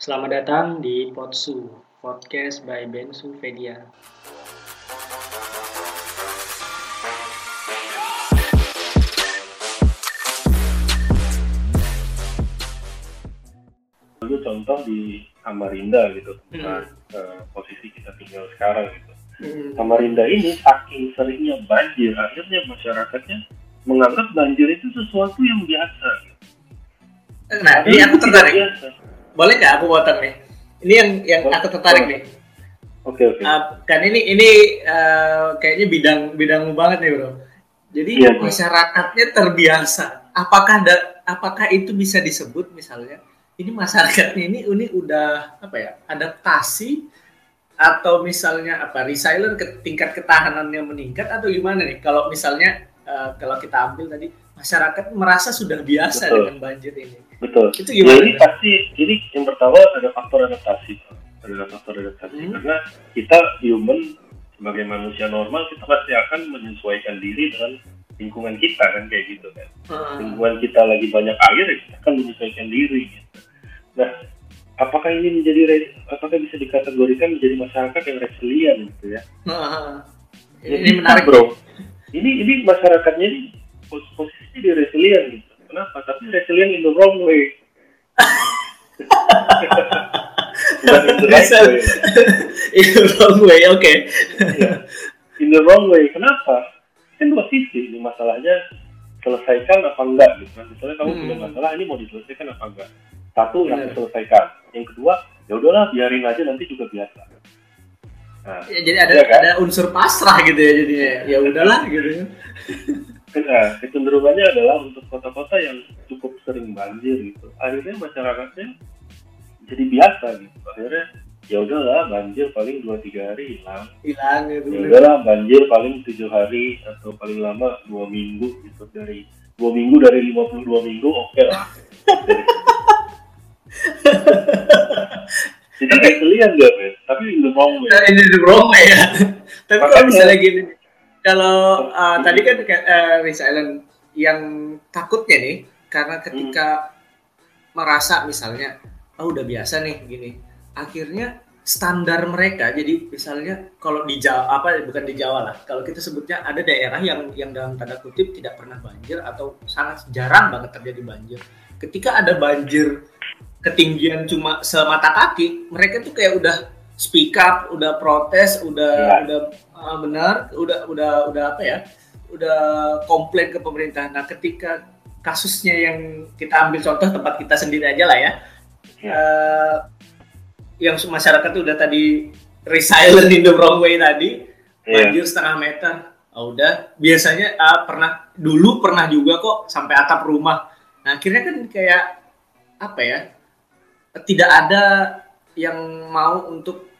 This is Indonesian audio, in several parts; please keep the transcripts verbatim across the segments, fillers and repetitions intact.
Selamat datang di Potsu, podcast by Bensu Fedia. Dulu contoh di Samarinda gitu, tempat Hmm. uh, posisi kita tinggal sekarang gitu. Hmm. Samarinda ini saking seringnya banjir, akhirnya masyarakatnya menganggap banjir itu sesuatu yang biasa. Nah, Ada ini yang aku tidak tertarik. biasa. Boleh nggak aku potong nih? Ini yang yang Oh, aku tertarik oh. nih. Oke oke. Uh, kan ini ini uh, kayaknya bidang bidangmu banget nih, bro. Jadi Iya, bro. masyarakatnya terbiasa. Apakah ada apakah itu bisa disebut misalnya ini masyarakatnya ini ini udah apa ya adaptasi atau misalnya apa resilient ke tingkat ketahanannya meningkat atau gimana nih? Kalau misalnya uh, kalau kita ambil tadi masyarakat merasa sudah biasa Betul. dengan banjir ini. Betul. Itu gimana? Ya, ini tuh? pasti. Jadi yang pertama ada faktor adaptasi. Ada faktor adaptasi Hmm. karena kita human sebagai manusia normal kita pasti akan menyesuaikan diri dengan lingkungan kita kan kayak gitu kan. Hmm. Lingkungan kita lagi banyak air ya kita akan menyesuaikan diri gitu. Nah, apakah ini menjadi apakah bisa dikategorikan menjadi masyarakat yang resilient gitu ya? Hmm. Ya, Ini bisa, menarik, bro. Ini ini masyarakatnya ini pos- posisinya di resilient gitu. Kenapa? Tapi resilient in the wrong way. Bukan in the right way. In the wrong way, oke. Okay. Ya. In the wrong way. Kenapa? Kan dua sisi. Ini masalahnya selesaikan apa enggak gitu kan. Misalnya kamu Hmm. punya masalah ini mau diselesaikan apa enggak. Satu yang Benar. diselesaikan. Yang kedua, ya udahlah biarin aja nanti juga biasa. Nah, Ya, jadi ada ya kan? ada unsur pasrah gitu ya jadinya. Ya udahlah gitu. Nah, kecenderungannya adalah untuk kota-kota yang cukup sering banjir gitu. Akhirnya masyarakatnya jadi biasa gitu. Akhirnya ya udahlah banjir paling dua tiga hari hilang. Hilang gitu. Ya udahlah banjir paling tujuh hari atau paling lama dua minggu gitu, dari dua minggu dari lima puluh dua minggu oke lah. Jadi resilient gak, Ben? Tapi in the wrong way. Nah, ini the wrong way ya. Tapi kalau Makanya- misalnya gini, kalau uh, tadi kan uh, resilient yang takutnya nih, karena ketika merasa misalnya, oh udah biasa nih gini, akhirnya standar mereka, jadi misalnya kalau di Jawa, apa bukan di Jawa lah, kalau kita sebutnya ada daerah yang yang dalam tanda kutip tidak pernah banjir atau sangat jarang banget terjadi banjir. Ketika ada banjir ketinggian cuma semata kaki, mereka tuh kayak udah speak up, udah protes, udah Ya. udah uh, benar, udah udah udah apa ya, udah komplain ke pemerintah. Nah, ketika kasusnya yang kita ambil contoh tempat kita sendiri aja lah ya, Ya. uh, yang masyarakat tuh udah tadi resilient in the wrong way tadi, Ya. banjir setengah meter, oh, udah biasanya uh, pernah dulu pernah juga kok sampai atap rumah. Nah, akhirnya kan kayak apa ya? Tidak ada yang mau untuk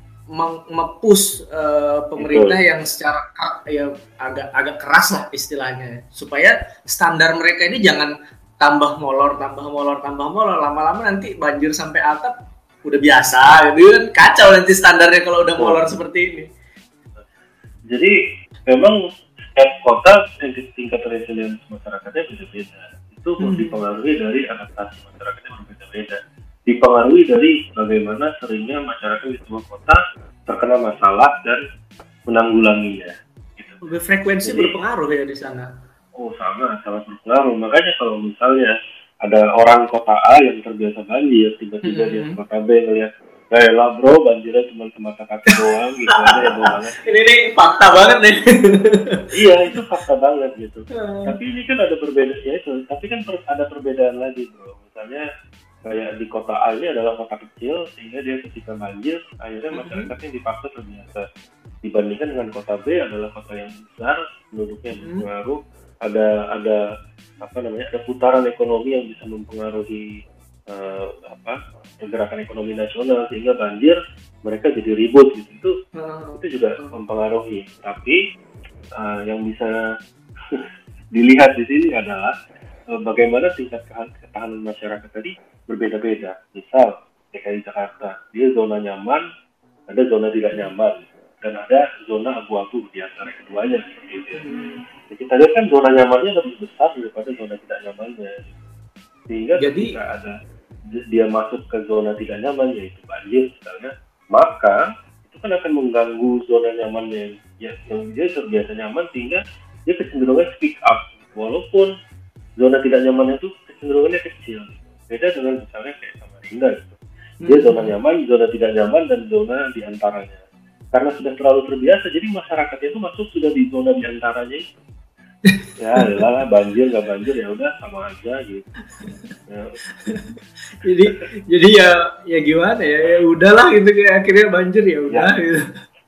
mempush uh, pemerintah Betul. yang secara ya agak agak keras lah istilahnya, supaya standar mereka ini jangan tambah molor, tambah molor, tambah molor, lama-lama nanti banjir sampai atap udah biasa, gitu kan kacau nanti standarnya kalau udah molor seperti ini. Jadi memang setiap kota tingkat resilience masyarakatnya beda-beda. Itu Hmm. dipengaruhi dari adaptasi masyarakatnya berbeda-beda. Dipengaruhi dari bagaimana seringnya masyarakat di sebuah kota terkena masalah dan menanggulanginya. Gitu. Frekuensi Jadi- berpengaruh ya di sana. Oh sangat sangat berpengaruh. Makanya kalau misalnya ada orang kota A yang terbiasa banjir, tiba-tiba Hmm. dia ke kota B ngeliat, ya lah bro banjirnya cuma semata kaki doang gitu aja ya banget. Ini nih fakta banget nih. Iya itu fakta banget gitu. Hmm. Tapi ini kan ada perbedaan ya itu. Tapi kan per, ada perbedaan lagi bro. Misalnya kayak di kota A ini adalah kota kecil sehingga dia ketika banjir akhirnya Mm-hmm. masyarakatnya dipaksa terbiasa. Dibandingkan dengan kota B adalah kota yang besar, penduduknya Mm-hmm. berpengaruh. Ada ada apa namanya ada putaran ekonomi yang bisa mempengaruhi uh, apa gerakan ekonomi nasional sehingga banjir mereka jadi ribut gitu. Itu Hmm. itu juga mempengaruhi. Tapi uh, yang bisa dilihat di sini adalah uh, bagaimana tingkat ketahanan masyarakat tadi berbeda-beda. Misal D K I Jakarta, dia zona nyaman, ada zona tidak nyaman, dan ada zona abu-abu di antara keduanya. Gitu. Jadi kita lihat kan zona nyamannya lebih besar daripada zona tidak nyamannya. Sehingga Jadi- ketika ada dia masuk ke zona tidak nyaman, yaitu banjir misalnya, maka itu kan akan mengganggu zona nyamannya ya, yang dia terbiasa nyaman, sehingga dia kecenderungan speak up walaupun zona tidak nyaman itu kecenderungannya kecil. Beda dengan misalnya kayak Samarinda gitu. Dia zona nyaman, zona tidak nyaman, dan zona di antaranya. Karena sudah terlalu terbiasa, jadi masyarakatnya itu masuk sudah di zona di antaranya itu. Ya, lah banjir nggak banjir ya udah sama aja gitu. Ya. jadi jadi ya ya gimana ya, ya udahlah gitu, kayak akhirnya banjir ya udah ya. Gitu.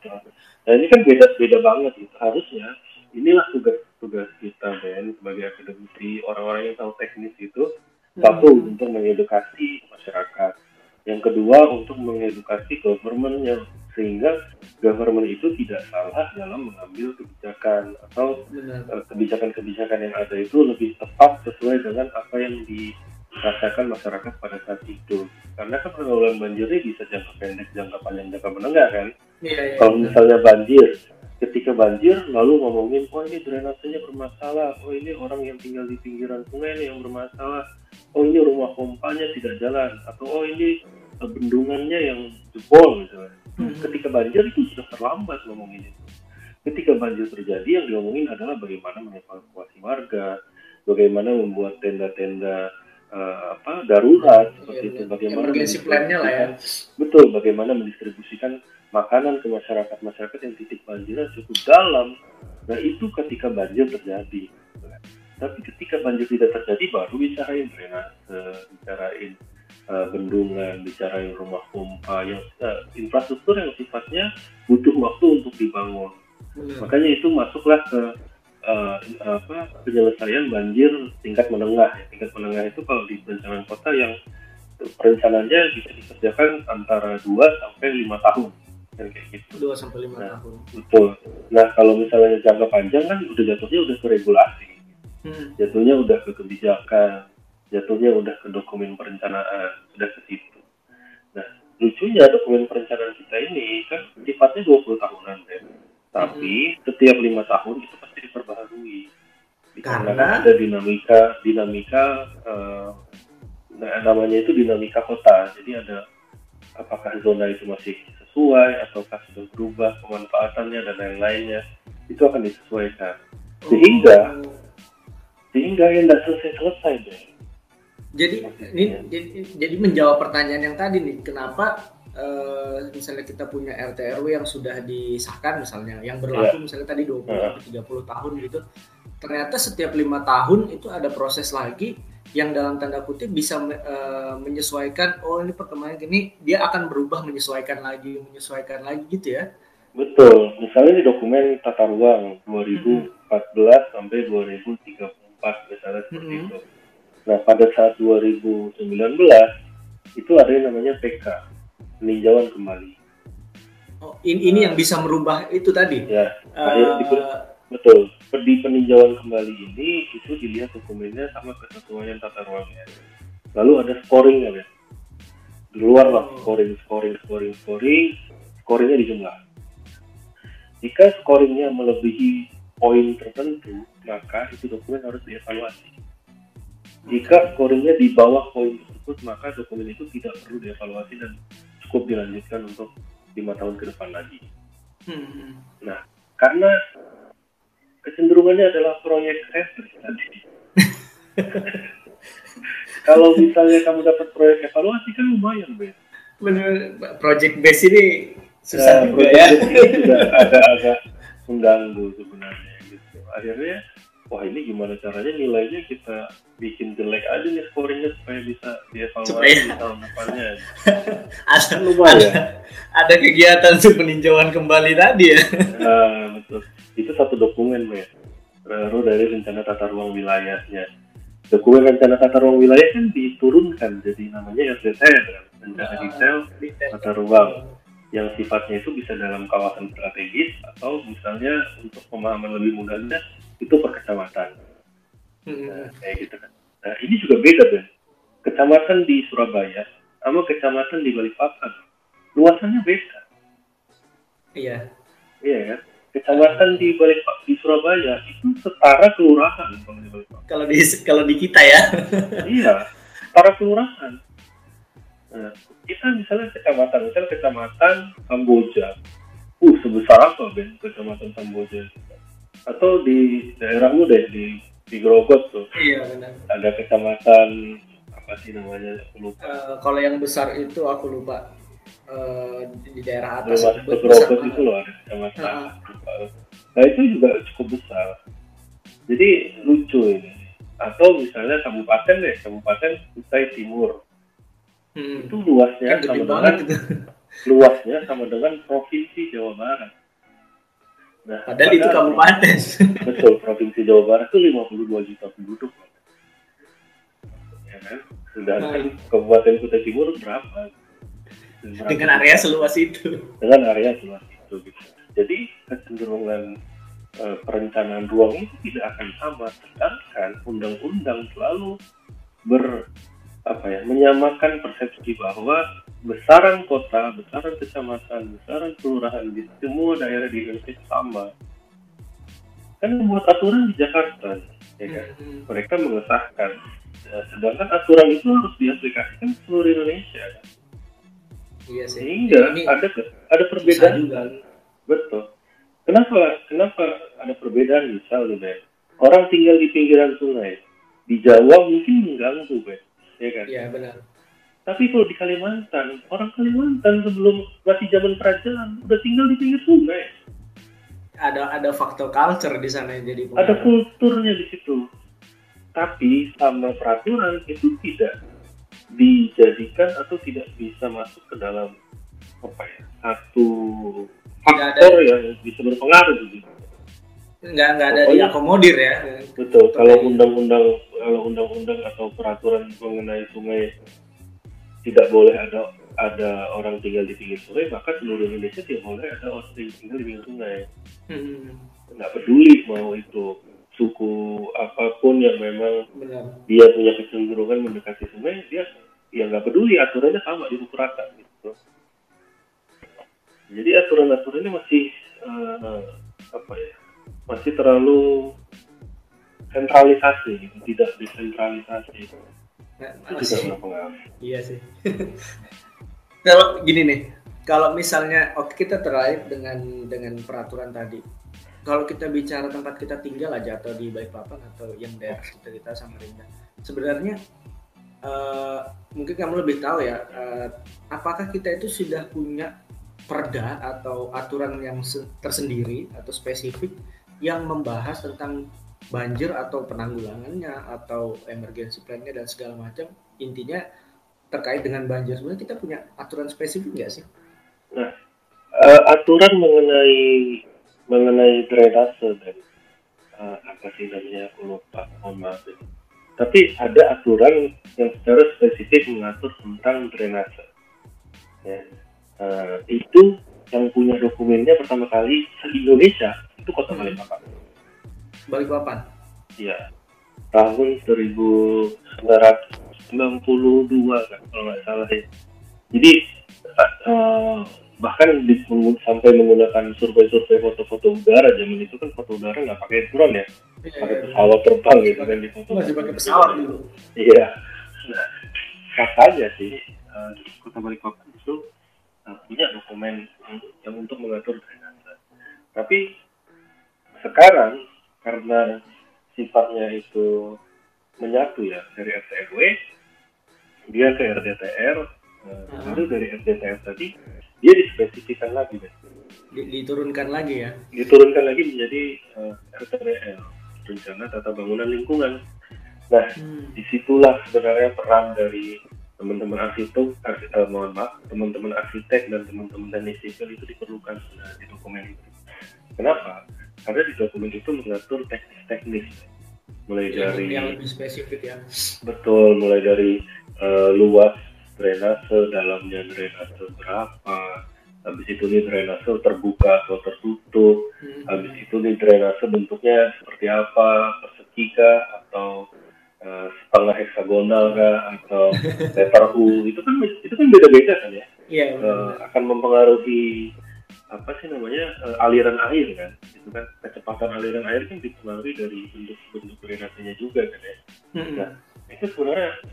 Nah ini kan beda-beda banget gitu. Harusnya inilah tugas-tugas kita Ben sebagai akademisi, orang-orang yang tahu teknis itu. Satu, hmm. untuk mengedukasi masyarakat. Yang kedua, untuk mengedukasi government-nya, sehingga government itu tidak salah dalam mengambil kebijakan, atau uh, kebijakan-kebijakan yang ada itu lebih tepat sesuai dengan apa yang dirasakan masyarakat pada saat itu. Karena kan penanggulangan banjir ini bisa jangka pendek, jangka panjang, jangka menengah kan. Ya, ya, Kalau misalnya banjir, ketika banjir lalu ngomongin, oh ini drainasenya bermasalah, oh ini orang yang tinggal di pinggiran sungai ini yang bermasalah, oh ini rumah pompanya tidak jalan, atau oh ini uh, bendungannya yang jebol misalnya. Hmm. Ketika banjir itu sudah terlambat ngomongin itu. Ketika banjir terjadi, yang diomongin adalah bagaimana mengevakuasi warga, bagaimana membuat tenda-tenda uh, apa darurat ya, seperti ya, itu, bagaimana plan-nya lah ya. Betul, bagaimana mendistribusikan makanan ke masyarakat-masyarakat yang titik banjirnya cukup dalam. Nah itu ketika banjir terjadi. Tapi ketika banjir tidak terjadi, baru bicarain drainase, bicarain uh, bendungan, bicarain rumah pompa, yang uh, infrastruktur yang sifatnya butuh waktu untuk dibangun. Hmm. Makanya itu masuklah ke uh, apa, penyelesaian banjir tingkat menengah. Tingkat menengah itu kalau di perencanaan kota yang perencanaannya bisa dikerjakan antara dua sampai lima tahun. Kan kayak gitu. dua sampai lima nah, tahun. Betul. Nah, kalau misalnya jangka panjang kan udah jatuhnya udah ke regulasi. Hmm. Jatuhnya udah ke kebijakan, jatuhnya udah ke dokumen perencanaan, udah ke situ. Nah, lucunya dokumen perencanaan kita ini kan sifatnya dua puluh tahunan kan. Tapi hmm. setiap lima tahun itu pasti diperbaharui. Karena ada dinamika dinamika uh, namanya itu dinamika kota. Jadi ada apakah zona itu masih sesuai ataukah sudah berubah pemanfaatannya dan lain-lainnya, itu akan disesuaikan. Sehingga oh. sehingga yang tidak selesai-selesai deh. Jadi ini jadi, jadi menjawab pertanyaan yang tadi nih, kenapa uh, misalnya kita punya R T R W yang sudah disahkan misalnya, yang berlaku yeah. misalnya tadi dua puluh sampai tiga puluh tahun gitu, ternyata setiap lima tahun itu ada proses lagi yang dalam tanda kutip bisa uh, menyesuaikan, oh ini perkembangan gini, dia akan berubah, menyesuaikan lagi, menyesuaikan lagi gitu ya? Betul, misalnya di dokumen tata ruang dua ribu empat belas hmm. sampai dua ribu tiga puluh empat misalnya seperti hmm. itu. Nah pada saat dua ribu sembilan belas itu ada yang namanya P K, peninjauan kembali. Oh ini, ini yang bisa merubah itu tadi? Ya, uh, betul. Di peninjauan kembali ini itu dilihat dokumennya sama kesesuaian tata ruangnya. Lalu ada scoringnya ya. Di luar lah scoring, scoring, scoring, scoring, scoringnya dijumlah. Jika scoringnya melebihi poin tertentu, maka itu dokumen harus dievaluasi. Jika scoringnya di bawah poin tersebut, maka dokumen itu tidak perlu dievaluasi dan cukup dilanjutkan untuk lima tahun ke depan lagi. Hmm. Nah, karena kecenderungannya adalah proyek research tadi. Kalau misalnya kamu dapat proyek evaluasi kan lumayan, Ben. Benar, project base ini susah nah, juga ya. Juga agak-agak mengganggu sebenarnya gitu. Akhirnya, wah ini gimana caranya nilainya kita bikin jelek aja nih scoringnya supaya bisa dievaluasi supaya di tahun depannya. ada, lumayan. Ada, ada kegiatan untuk peninjauan kembali tadi ya. Nah, betul. Itu satu dokumen, ya. Baru dari rencana tata ruang wilayahnya. Dokumen rencana tata ruang wilayah kan diturunkan jadi namanya R D T R, rencana uh, detail tata ruang, yang sifatnya itu bisa dalam kawasan strategis atau misalnya untuk pemahaman lebih mudahnya itu per kecamatan. Hmm. Nah, kayak gitu kan. Nah, ini juga beda, Ben. Kecamatan di Surabaya sama kecamatan di Balikpapan luasannya beda. Iya. Iya kan? Kecamatan di balik di Surabaya itu setara kelurahan kalau di Balikpapan. Kalau di kalau di kita ya. Iya, setara kelurahan. Nah, kita misalnya kecamatan, misalnya kecamatan Kamboja, uh sebesar apa Ben kecamatan Kamboja? Atau di daerahmu deh di di Grogot tuh, Iya benar. ada kecamatan apa sih namanya? Aku lupa. Uh, kalau yang besar itu aku lupa. Uh, di daerah Belum atas masuk ke besar Grogot itu banget. loh ada kecamatan. Uh, Lupa. Nah itu juga cukup besar. Jadi lucu ini. Atau misalnya kabupaten deh, kabupaten Kutai Timur. hmm. Itu luasnya Kan gede sama banget dengan itu. luasnya sama dengan provinsi Jawa Barat. Nah, Padahal itu kabupaten. Betul, provinsi Jawa Barat itu lima puluh dua juta penduduk. Ya kan? Sedangkan hmm. Kabupaten Kutai Timur berapa? berapa? Dengan area seluas itu. Dengan area seluas itu. Gitu. Jadi kecenderungan uh, perencanaan ruang itu tidak akan sama. Sedangkan undang-undang selalu ber apa ya menyamakan persepsi bahwa besaran kota, besaran kecamatan, besaran kelurahan di semua daerah di Indonesia sama. Kan membuat aturan di Jakarta, ya kan? Mm-hmm. Mereka mengesahkan, ya, sedangkan aturan itu harus diaplikasikan ke seluruh Indonesia. Kan? Iya sih. Sehingga ini ada ada perbedaan. Juga. Betul. Kenapa? Kenapa ada perbedaan misalnya, Ben? Orang tinggal di pinggiran sungai, di Jawa mungkin mengganggu, Ben. Ya kan? Iya benar. Tapi kalau di Kalimantan, orang Kalimantan sebelum masih zaman kerajaan udah tinggal di pinggir sungai. Ada ada faktor culture di sana yang jadi pengaruh. Ada kulturnya di situ. Tapi sama peraturan itu tidak dijadikan atau tidak bisa masuk ke dalam apa ya satu faktor yang bisa berpengaruh gitu. Nggak nggak ada diakomodir ya. Betul. Kalau undang-undang kalau undang-undang atau peraturan mengenai sungai tidak boleh ada ada orang tinggal di pinggir sungai, maka seluruh Indonesia tidak boleh ada orang tinggal di pinggir sungai. Hmm. Nggak peduli mau itu suku apapun yang memang benar. Dia punya kecenderungan mendekati sungai, dia ya nggak peduli, aturannya sama dipukul rata gitu. Jadi aturan-aturannya masih uh, apa ya, masih terlalu sentralisasi, gitu. Tidak desentralisasi. Nah, masih, iya sih. Kalau gini nih, kalau misalnya oke okay, kita terkait dengan dengan peraturan tadi. Kalau kita bicara tempat kita tinggal aja atau di Balikpapan atau yang daerah kita kita Samarinda, sebenarnya uh, mungkin kamu lebih tahu ya, uh, apakah kita itu sudah punya perda atau aturan yang tersendiri atau spesifik yang membahas tentang banjir atau penanggulangannya atau emergency plan-nya dan segala macam, intinya terkait dengan banjir. Sebenarnya kita punya aturan spesifik nggak sih? Nah, uh, aturan mengenai mengenai drainase dan uh, apa sih namanya aku lupa, mohon maaf. Tapi ada aturan yang secara spesifik mengatur tentang drainase. Ya. Uh, itu yang punya dokumennya pertama kali di Indonesia itu Kota Balikpapan. Balikpapan? Iya, tahun seribu sembilan ratus sembilan puluh dua kan kalau nggak salah ya. Jadi uh, bahkan di, sampai menggunakan survei-survei foto-foto udara, zaman itu kan foto udara nggak pakai drone ya, ya pakai pesawat terbang gitu kan di foto. Masih pakai pesawat dulu. Iya, nah, katanya sih uh, Kota Balikpapan itu uh, punya dokumen yang untuk mengatur drainase. Tapi sekarang karena sifatnya itu menyatu ya dari R T R W dia ke R D T R, lalu uh, dari R D T R tadi dia dispesifikan lagi kan? Diturunkan lagi ya? Diturunkan lagi menjadi uh, R T R L, Rencana Tata Bangunan Lingkungan. Nah, hmm. disitulah sebenarnya peran dari teman-teman arsitek, arsitek uh, mohon maaf, teman-teman arsitek dan teman-teman teknik sipil itu diperlukan uh, di dokumen itu. Kenapa? Karena di dokumen itu mengatur teknis-teknis, mulai yang, dari yang lebih spesifik ya. Betul, mulai dari uh, luas drainase, dalamnya drainase berapa, habis itu nih drainase terbuka atau tertutup, hmm. habis itu nih drainase bentuknya seperti apa, persegi kah atau uh, setengah heksagonal kah atau letter U, itu kan itu kan beda-beda kan ya. Iya. Uh, akan mempengaruhi apa sih namanya uh, aliran air kan, itu kan kecepatan aliran air kan dipengaruhi dari bentuk-bentuk drainasenya juga kan ya. Hmm. Nah itu sebenarnya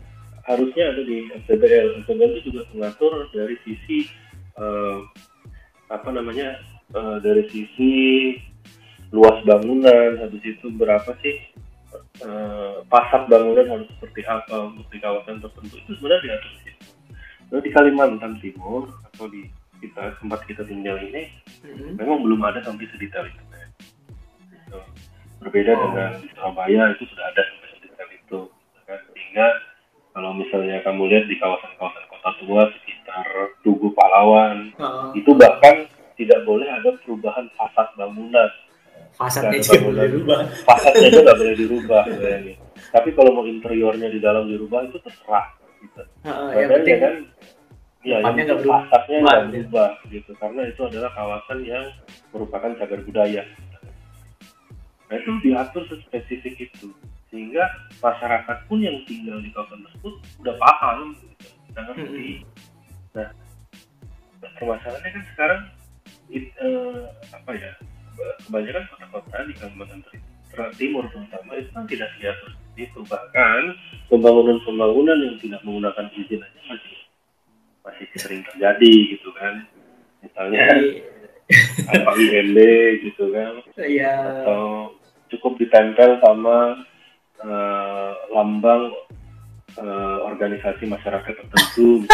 harusnya ada di S T B L. S T B L itu juga mengatur dari sisi uh, apa namanya uh, dari sisi luas bangunan, habis itu berapa sih uh, fasad bangunan harus seperti apa untuk di kawasan tertentu, itu sebenarnya diatur di situ. Lalu di Kalimantan Timur atau di kita tempat kita tinggal ini mm-hmm. memang belum ada sampai sedetail itu. Gitu. Berbeda oh. dengan di Surabaya itu sudah ada sampai sedetail itu. Kan? Sehingga kalau misalnya kamu lihat di kawasan-kawasan kota tua sekitar Tugu Pahlawan, uh. itu bahkan tidak boleh ada perubahan fasad bangunan. Fasadnya juga boleh dirubah. Fasadnya juga nggak boleh dirubah. Tapi kalau mau interiornya di dalam dirubah itu terserah. Gitu. Uh, yang penting kan, ya, yang fasadnya nggak berubah gitu, karena itu adalah kawasan yang merupakan cagar budaya. Nah itu diatur spesifik itu, sehingga masyarakat pun yang tinggal di kawasan tersebut udah paham, gitu, udah ngerti. Nah, permasalahannya kan sekarang it, uh, apa ya, kebanyakan kota-kota di Kalimantan Timur terutama itu kan tidak diatur seperti itu, bahkan pembangunan-pembangunan yang tidak menggunakan izin aja masih masih sering terjadi gitu kan, misalnya apa I M B gitu kan, yeah. atau cukup ditempel sama uh, lambang uh, organisasi masyarakat tertentu.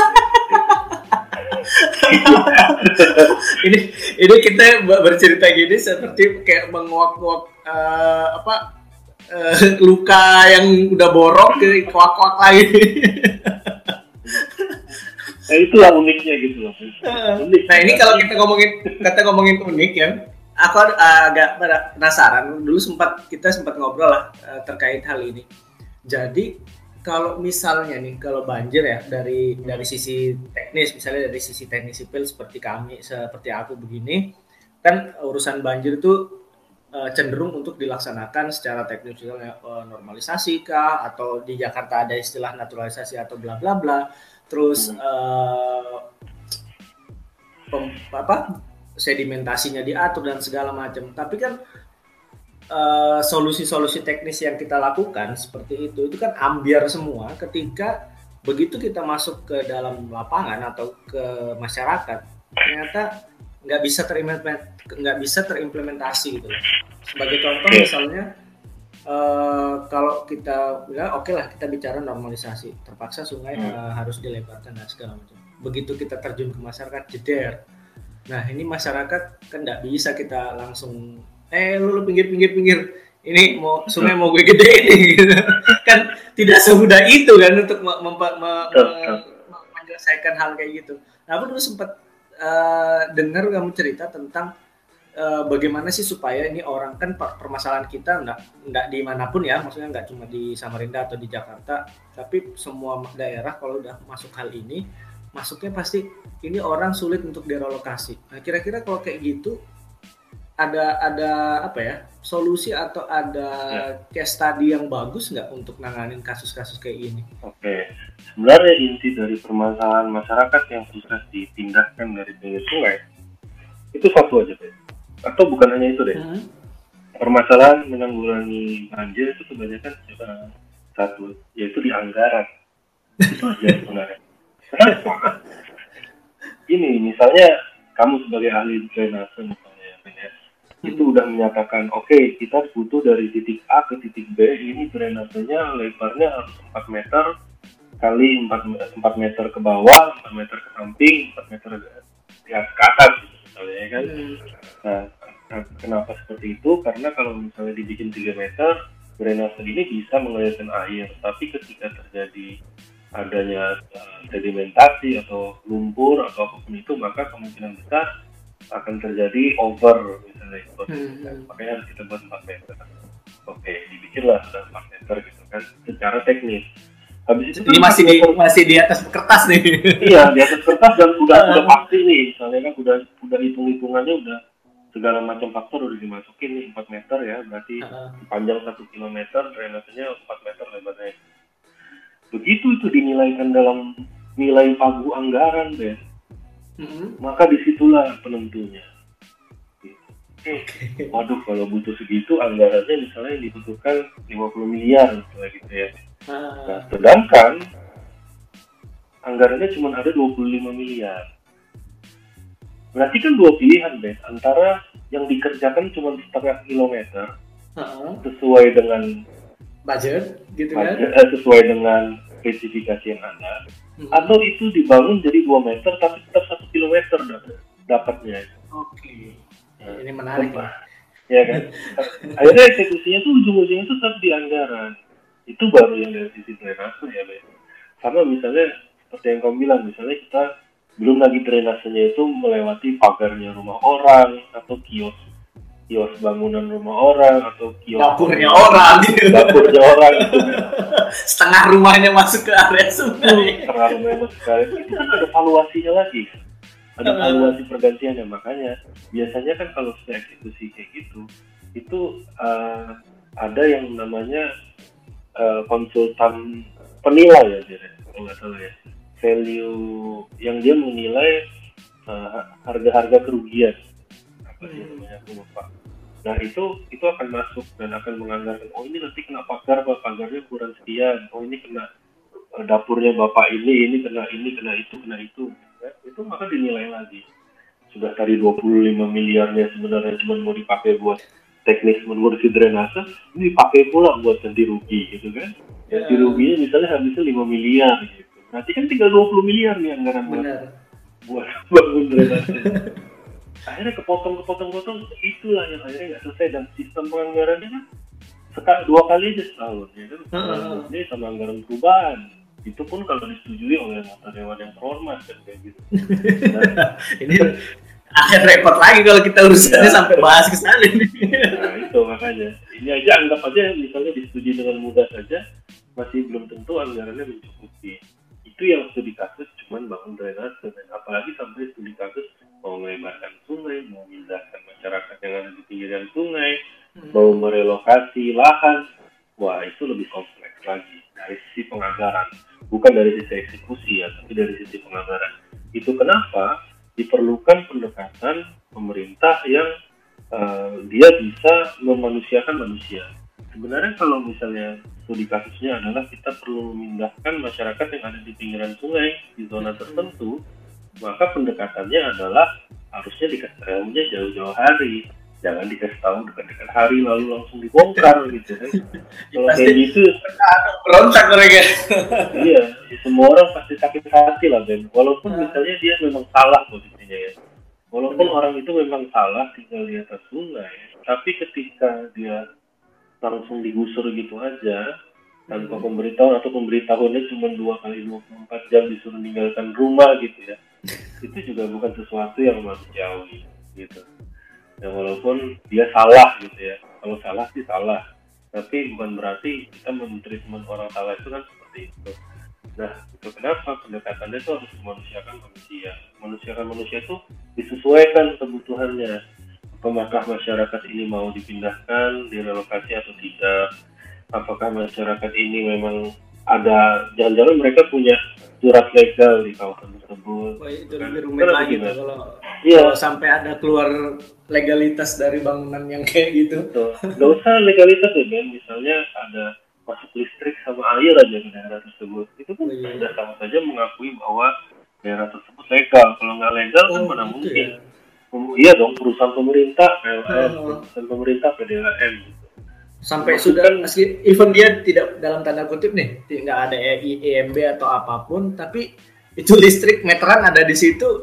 ini ini kita bercerita gini seperti kayak menguak-nguak uh, apa uh, luka yang udah borok ke kuak-kuak lagi. Nah itulah uniknya gitu loh. Unik. Nah ini kalau kita ngomongin kata ngomongin unik ya, aku agak penasaran. Dulu sempat kita sempat ngobrol lah uh, terkait hal ini. Jadi kalau misalnya nih kalau banjir ya dari dari sisi teknis, misalnya dari sisi teknis sipil seperti kami seperti aku begini, kan urusan banjir itu uh, cenderung untuk dilaksanakan secara teknis, misalnya uh, normalisasi kah, atau di Jakarta ada istilah naturalisasi atau bla bla bla. Terus uh, pem, apa sedimentasinya diatur dan segala macam. Tapi kan uh, solusi-solusi teknis yang kita lakukan seperti itu itu kan ambiar semua ketika begitu kita masuk ke dalam lapangan atau ke masyarakat, ternyata nggak bisa terimplement nggak bisa terimplementasi gitu. Sebagai contoh misalnya Uh, kalau kita ya oke okay lah kita bicara normalisasi, terpaksa sungai hmm. uh, harus dilebarkan dan segala macam. Begitu kita terjun ke masyarakat jeder. Nah ini masyarakat kan nggak bisa kita langsung eh lu, lu pinggir pinggir pinggir ini mau sungai mau gue gede ini gitu. Kan tidak semudah itu kan untuk mem- mem- mem- mem- menyelesaikan hal kayak gitu. Nah aku dulu sempat uh, dengar kamu cerita tentang Uh, bagaimana sih supaya ini orang kan permasalahan kita enggak enggak dimanapun ya, maksudnya enggak cuma di Samarinda atau di Jakarta, tapi semua daerah kalau udah masuk hal ini, masuknya pasti ini orang sulit untuk direlokasi. Nah kira-kira kalau kayak gitu ada ada apa ya solusi atau ada ya. Case study yang bagus nggak untuk nanganin kasus-kasus kayak gini? Oke, sebenarnya inti dari permasalahan masyarakat yang susah dipindahkan dari pinggir sungai itu satu aja deh. Atau bukan hanya itu deh, hmm. permasalahan menanggulangi banjir itu kebanyakan cuma satu, yaitu di anggaran. Itu aja sebenarnya. Kenapa? Ini misalnya kamu sebagai ahli drainase misalnya ya, hmm. itu udah menyatakan, oke okay, kita butuh dari titik A ke titik B, ini drainasenya lebarnya harus empat meter kali empat meter ke bawah, empat meter ke samping, empat meter ke atas. Ya kan? Nah, kenapa seperti itu? Karena kalau misalnya dibikin tiga meter, drainase ini bisa mengalirkan air. Tapi ketika terjadi adanya uh, sedimentasi atau lumpur atau apapun itu, maka kemungkinan besar akan terjadi over misalnya. Hmm. Makanya harus kita buat empat meter. Oke, dibikinlah sudah empat meter gitu kan, secara teknis. Habis itu ini masih di meter, masih di atas kertas nih. Iya, di atas kertas dan udah udah pasti nih. Soalnya kan udah udah hitung-hitungannya udah segala macam faktor udah dimasukin nih empat meter ya, berarti uh-huh. panjang satu kilometer, drainasenya empat meter lebarnya. Begitu itu dinilaikan dalam nilai pagu anggaran deh. Uh-huh. Maka disitulah penentunya. Oke. Okay. Waduh, kalau butuh segitu anggarannya misalnya dibutuhkan lima puluh miliar misalnya gitu ya. Nah, sedangkan anggarannya cuma ada dua puluh lima miliar. Berarti kan dua pilihan, Ben, antara yang dikerjakan cuma setengah kilometer uh-huh. sesuai dengan budget, gitu budget, kan? Eh, sesuai dengan spesifikasi yang ada, hmm. atau itu dibangun jadi dua meter tapi tetap satu kilometer dapatnya. Oke, okay. Nah, ini menarik. Nah, ya kan? Akhirnya eksekusinya tuh ujung-ujungnya tuh tetap di anggaran. Itu baru yang dari sisi drainase ya, Ben. Sama misalnya seperti yang kamu bilang, misalnya kita belum lagi drainasenya itu melewati pagarnya rumah orang atau kios kios bangunan rumah orang atau kios dapurnya orang gitu. Dapurnya orang gitu. Setengah rumahnya masuk ke area sungai. Setengah rumahnya masuk ke area sungai. Itu kan ada valuasinya lagi. Ada valuasi pergantiannya. Makanya biasanya kan kalau sudah eksekusi kayak gitu, itu uh, ada yang namanya uh, konsultan penilai ya, Jere, kalau nggak salah ya. Value yang dia menilai uh, harga-harga kerugian apa sih namanya aku lupa. Nah itu itu akan masuk dan akan menganggarkan, oh ini nanti kena pagar, pagarnya kurang sekian, oh ini kena uh, dapurnya bapak ini, ini kena ini, kena itu, kena itu. Ya, itu maka dinilai lagi. Sudah tadi dua puluh lima miliarnya sebenarnya cuma mau dipakai buat teknis membersih drainase, ini dipakai pula buat ganti rugi gitu kan. Ganti yeah. ruginya misalnya habisnya lima miliar gitu. Berarti kan tinggal dua puluh miliar nih anggaran buat, buat bangun drainase. Akhirnya kepotong-kepotong-potong, itulah yang akhirnya nggak selesai. Dan sistem penganggarannya kan sekali dua kali aja setahun, ya kan? Uh-huh. Ini sama anggaran perubahan. Itu pun kalau disetujui oleh anggota dewan yang terhormat kan kayak gitu. Nah, ini akhir repot lagi kalau kita urusannya ya, sampai bahas ke sana. Nah itu makanya. Ini aja anggap aja misalnya disetujui dengan mudah saja, masih belum tentu anggarannya mencukupi. Itu yang studi kasus cuman bangun drainase, dan apalagi sampai studi kasus mau melebarkan sungai, mau memindahkan masyarakat yang ada di pinggiran sungai, hmm. mau merelokasi lahan, wah itu lebih kompleks lagi dari sisi penganggaran, bukan dari sisi eksekusi ya, tapi dari sisi penganggaran. Itu kenapa diperlukan pendekatan pemerintah yang uh, dia bisa memanusiakan manusia. Sebenarnya kalau misalnya studi kasusnya adalah kita perlu memindahkan masyarakat yang ada di pinggiran sungai di zona tertentu, maka pendekatannya adalah harusnya dikasih tahunya jauh-jauh hari, jangan dikasih tahu dekat-dekat hari lalu langsung dibongkar gitu kan. Kalau kayak gitu berontak mereka. Iya, ya semua orang pasti sakit hati lah Ben. Walaupun misalnya dia memang salah posisinya ya, walaupun orang itu memang salah tinggal di atas sungai, tapi ketika dia langsung digusur gitu aja tanpa hmm. pemberitahuan atau pemberitahuannya cuma dua kali dua puluh empat jam disuruh meninggalkan rumah gitu ya, itu juga bukan sesuatu yang manusiawi gitu ya, walaupun dia salah gitu ya. Kalau salah sih salah, tapi bukan berarti kita mentreatment orang salah itu kan seperti itu. Nah itu kenapa pendekatannya itu harus memanusiakan manusia. Manusiakan manusia itu disesuaikan kebutuhannya. Apakah masyarakat ini mau dipindahkan, direlokasi atau tidak? Apakah masyarakat ini memang ada, jangan-jangan mereka punya surat legal di kawasan tersebut? Wah, itu kan? Lebih rumit lagi tuh kalau, iya. kalau sampai ada keluar legalitas dari bangunan yang kayak gitu. Betul. Nggak usah legalitas ya kan, misalnya ada masuk listrik sama air aja di daerah tersebut. Itu kan oh, iya. sudah sama saja mengakui bahwa daerah tersebut legal. Kalau nggak legal oh, kan mana gitu mungkin. Ya? Um, iya dong, perusahaan pemerintah, P L N, oh. perusahaan pemerintah, P D A M gitu. Sampai maksud sudah, kan, even dia tidak dalam tanda kutip nih, tidak ada E M B atau apapun, tapi itu listrik meteran ada di situ,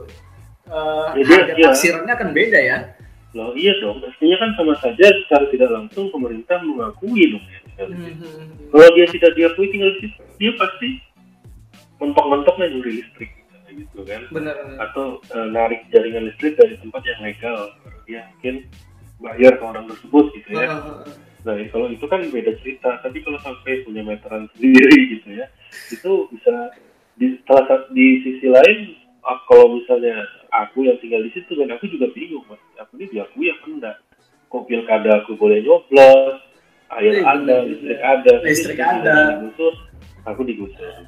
uh, ya, harga iya. taksirannya akan beda ya. Loh iya dong, pastinya kan sama saja secara tidak langsung pemerintah mengakui dong ya. Mm-hmm. Kalau dia tidak diakui tinggal di situ, dia pasti mentok-mentoknya nyuri listrik. Gitu kan, benar, atau e, narik jaringan listrik dari tempat yang legal, baru dia mungkin bayar ke orang tersebut gitu ya. Uh, nah kalau itu kan beda cerita, tapi kalau sampai punya meteran sendiri gitu ya, itu bisa di salah di sisi lain, kalau misalnya aku yang tinggal di situ dan aku juga bingung, mas, aku ini diakui apa enggak? Kok pilkada aku boleh nyoblos, air ya, ada, bener, listrik ya. ada, listrik ada, digusur, aku digusur.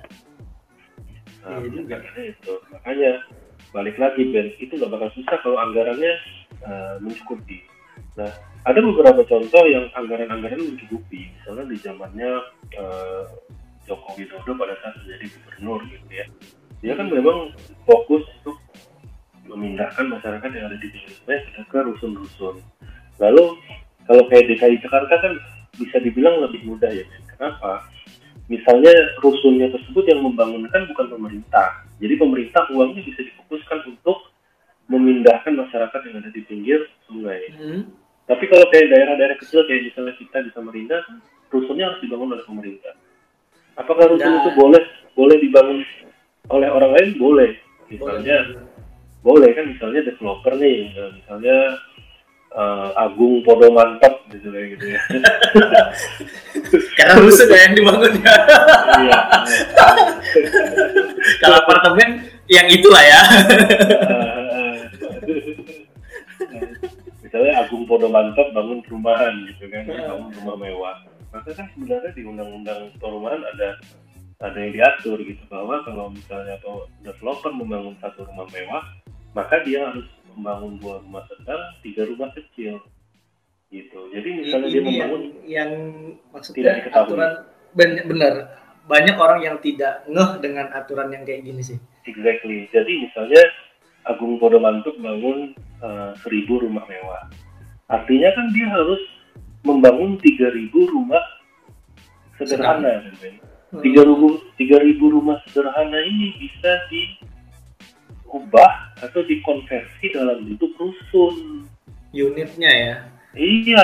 Nah, iya juga. Itu makanya balik lagi Ben, itu nggak bakal susah kalau anggarannya uh, mencukupi. Nah ada beberapa contoh yang anggaran-anggaran mencukupi, misalnya di zamannya uh, Joko Widodo pada saat menjadi gubernur gitu ya. Dia kan memang fokus untuk memindahkan masyarakat yang ada di pinggir sungai ke rusun-rusun. Lalu kalau kayak D K I Jakarta kan bisa dibilang lebih mudah ya. Kenapa? Misalnya rusunnya tersebut yang membangunkan bukan pemerintah. Jadi pemerintah uangnya bisa difokuskan untuk memindahkan masyarakat yang ada di pinggir sungai. Hmm. Tapi kalau kayak daerah-daerah kecil kayak misalnya kita di Samarinda, rusunnya harus dibangun oleh pemerintah. Apakah rusun nah. itu boleh boleh dibangun oleh orang lain? Boleh. Misalnya boleh, boleh kan misalnya developer nih, misalnya uh, Agung Podo Mantap gitu kayak gitu ya. Karena rusun yang dibangun ya. Iya. Kalau apartemen yang itulah ya. Misalnya Agung Podo Mantap bangun perumahan gitu kan, bangun rumah mewah. Maka kan sebenarnya di undang-undang perumahan ada ada yang diatur gitu bahwa kalau misalnya atau developer membangun satu rumah mewah, maka dia harus membangun dua rumah sedang, tiga rumah kecil gitu. Jadi misalnya ini dia membangun yang, yang maksudnya aturan benar banyak orang yang tidak ngeh dengan aturan yang kayak gini sih. Exactly. Jadi misalnya Agung Podo Mantap bangun uh, seribu rumah mewah. Artinya kan dia harus membangun tiga ribu rumah sederhana. tiga ribu rumah sederhana ini bisa diubah atau dikonversi dalam bentuk rusun. Unitnya ya? Iya.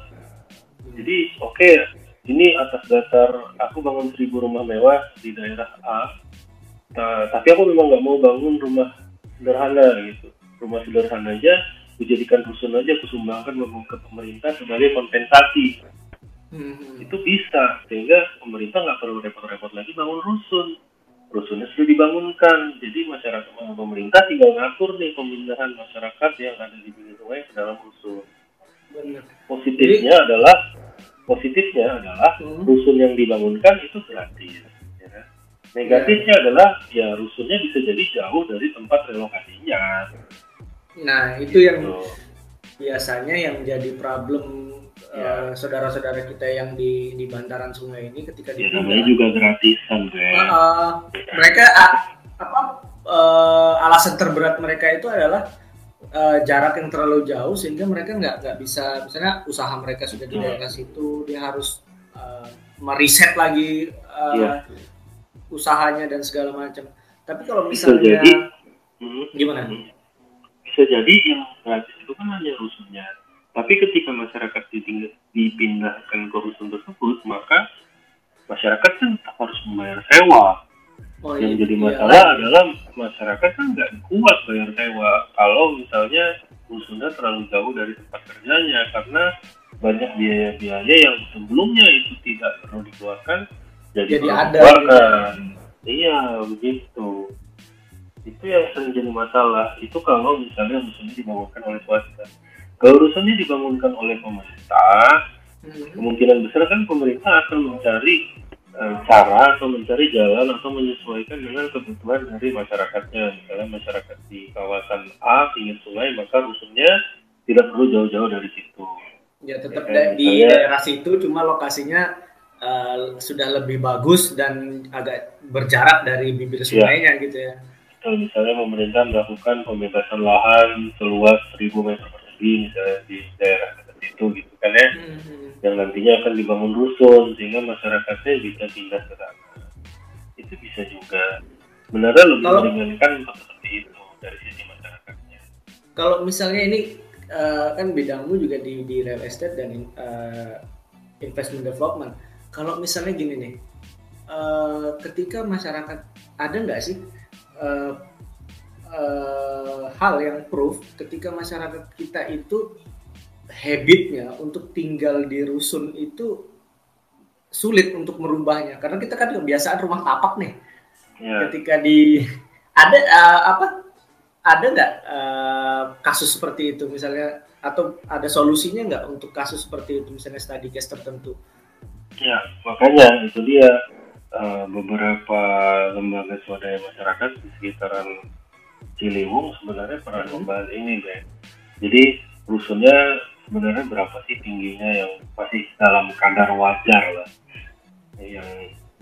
Jadi oke, okay, ini atas dasar aku bangun seribu rumah mewah di daerah A. Nah, tapi aku memang nggak mau bangun rumah sederhana gitu. Rumah sederhana aja dijadikan rusun aja, aku sumbangkan ke pemerintah sebagai kompensasi. Hmm. Itu bisa, sehingga pemerintah nggak perlu repot-repot lagi bangun rusun. Rusunnya sudah dibangunkan, jadi masyarakat pemerintah tinggal ngatur nih pemindahan masyarakat yang ada di pinggir sungai ke dalam rusun. Benar. Positifnya jadi, adalah positifnya adalah hmm. rusun yang dibangunkan itu gratis. Ya. Negatifnya ya. adalah ya rusunnya bisa jadi jauh dari tempat relokasinya. Nah itu yang gitu. Biasanya yang jadi problem ya. uh, saudara-saudara kita yang di di bantaran sungai ini ketika ya, namanya juga gratisan kan. Uh, uh, mereka uh, apa uh, alasan terberat mereka itu adalah uh, jarak yang terlalu jauh sehingga mereka nggak nggak bisa, misalnya usaha mereka sudah di daerah situ, dia harus uh, meriset lagi uh, ya. usahanya dan segala macam. Tapi kalau misalnya bisa jadi, gimana? Bisa jadi yang gratis itu kan hanya rusunnya. Tapi ketika masyarakat dipindahkan ke rusun tersebut, maka masyarakat kan tetap harus membayar sewa. Oh, yang iya, jadi masalah iya. adalah masyarakat kan nggak kuat bayar sewa kalau misalnya rusunnya terlalu jauh dari tempat kerjanya, karena banyak biaya-biaya yang sebelumnya itu tidak perlu dikeluarkan jadi, jadi ada. Iya begitu. Itu yang sering jadi masalah. Itu kalau misalnya rusunnya dibangunkan oleh swasta. Kalau rusunnya dibangunkan oleh pemerintah, hmm. kemungkinan besar kan pemerintah akan mencari uh, cara atau mencari jalan atau menyesuaikan dengan kebutuhan dari masyarakatnya. Misalnya masyarakat di kawasan A pinggir sungai, maka rusunnya tidak perlu jauh-jauh dari situ. Ya tetap ya, di misalnya, daerah situ, cuma lokasinya uh, sudah lebih bagus dan agak berjarak dari bibir sungainya ya. Gitu ya. Kalau misalnya pemerintah melakukan pembebasan lahan seluas seribu meter persegi misalnya di daerah tertentu gitu kan ya, mm-hmm. yang nantinya akan dibangun rusun sehingga masyarakatnya bisa pindah ke sana. Itu bisa juga sebenarnya lebih kalau, meringankan seperti itu dari sisi masyarakatnya. Kalau misalnya ini uh, kan bidangmu juga di, di real estate dan uh, investment development. Kalau misalnya gini nih, uh, ketika masyarakat ada nggak sih Uh, uh, hal yang proof ketika masyarakat kita itu habitnya untuk tinggal di rusun itu sulit untuk merubahnya, karena kita kan kebiasaan rumah tapak nih. Yeah. Ketika di ada uh, apa ada nggak uh, kasus seperti itu misalnya, atau ada solusinya nggak untuk kasus seperti itu misalnya study case tertentu? Ya makanya itu dia. Uh, beberapa lembaga swadaya masyarakat di sekitaran Ciliwung sebenarnya pernah hmm. membahas ini, Ben. Jadi rusunnya sebenarnya berapa sih tingginya yang masih dalam kadar wajar lah, yang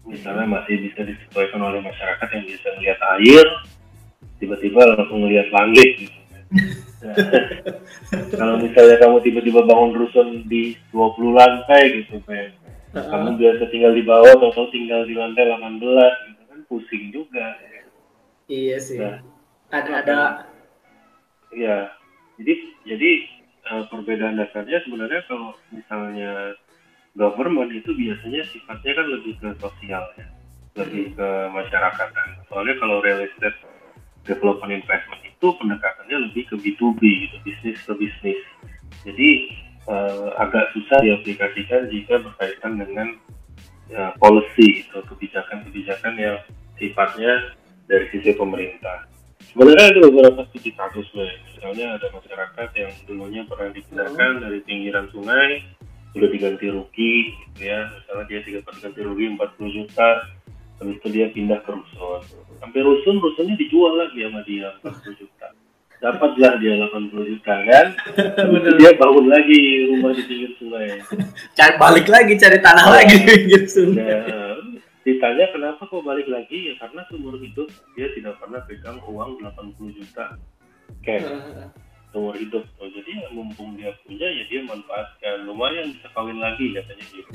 misalnya masih bisa disesuaikan oleh masyarakat yang bisa melihat air, tiba-tiba langsung melihat langit gitu. Nah, kalau misalnya kamu tiba-tiba bangun rusun di dua puluh lantai gitu, kayak uh-huh. kamu biasa tinggal di bawah atau tinggal di lantai delapan belas gitu kan, pusing juga. Iya sih. Nah, ada ada. Iya, jadi jadi uh, perbedaan dasarnya sebenarnya kalau misalnya government itu biasanya sifatnya kan lebih ke sosial ya, lebih ke masyarakat kan. Soalnya kalau real estate development investment itu pendekatannya lebih ke B to B gitu, bisnis ke bisnis. Jadi uh, agak susah diaplikasikan jika berkaitan dengan uh, policy itu, kebijakan-kebijakan yang sifatnya dari sisi pemerintah. Sebenarnya ada beberapa titik kasus, misalnya ada masyarakat yang dulunya pernah digunakan dari pinggiran sungai, sudah diganti rugi, gitu ya, misalnya dia tiga kali ganti rugi empat puluh juta, habis itu dia pindah ke rusun, sampai rusun, rusunnya dijual lagi sama dia empat puluh juta, dapatlah dia delapan puluh juta kan, habis itu dia bangun lagi rumah di pinggir sungai, cari balik lagi, cari tanah nah, lagi di pinggir sungai. Nah, ditanya kenapa kok balik lagi, ya karena seumur hidup dia tidak pernah pegang uang delapan puluh juta cash uh. seumur hidup. Oh, jadi ya, mumpung dia punya ya dia manfaatkan, lumayan bisa kawin lagi katanya gitu.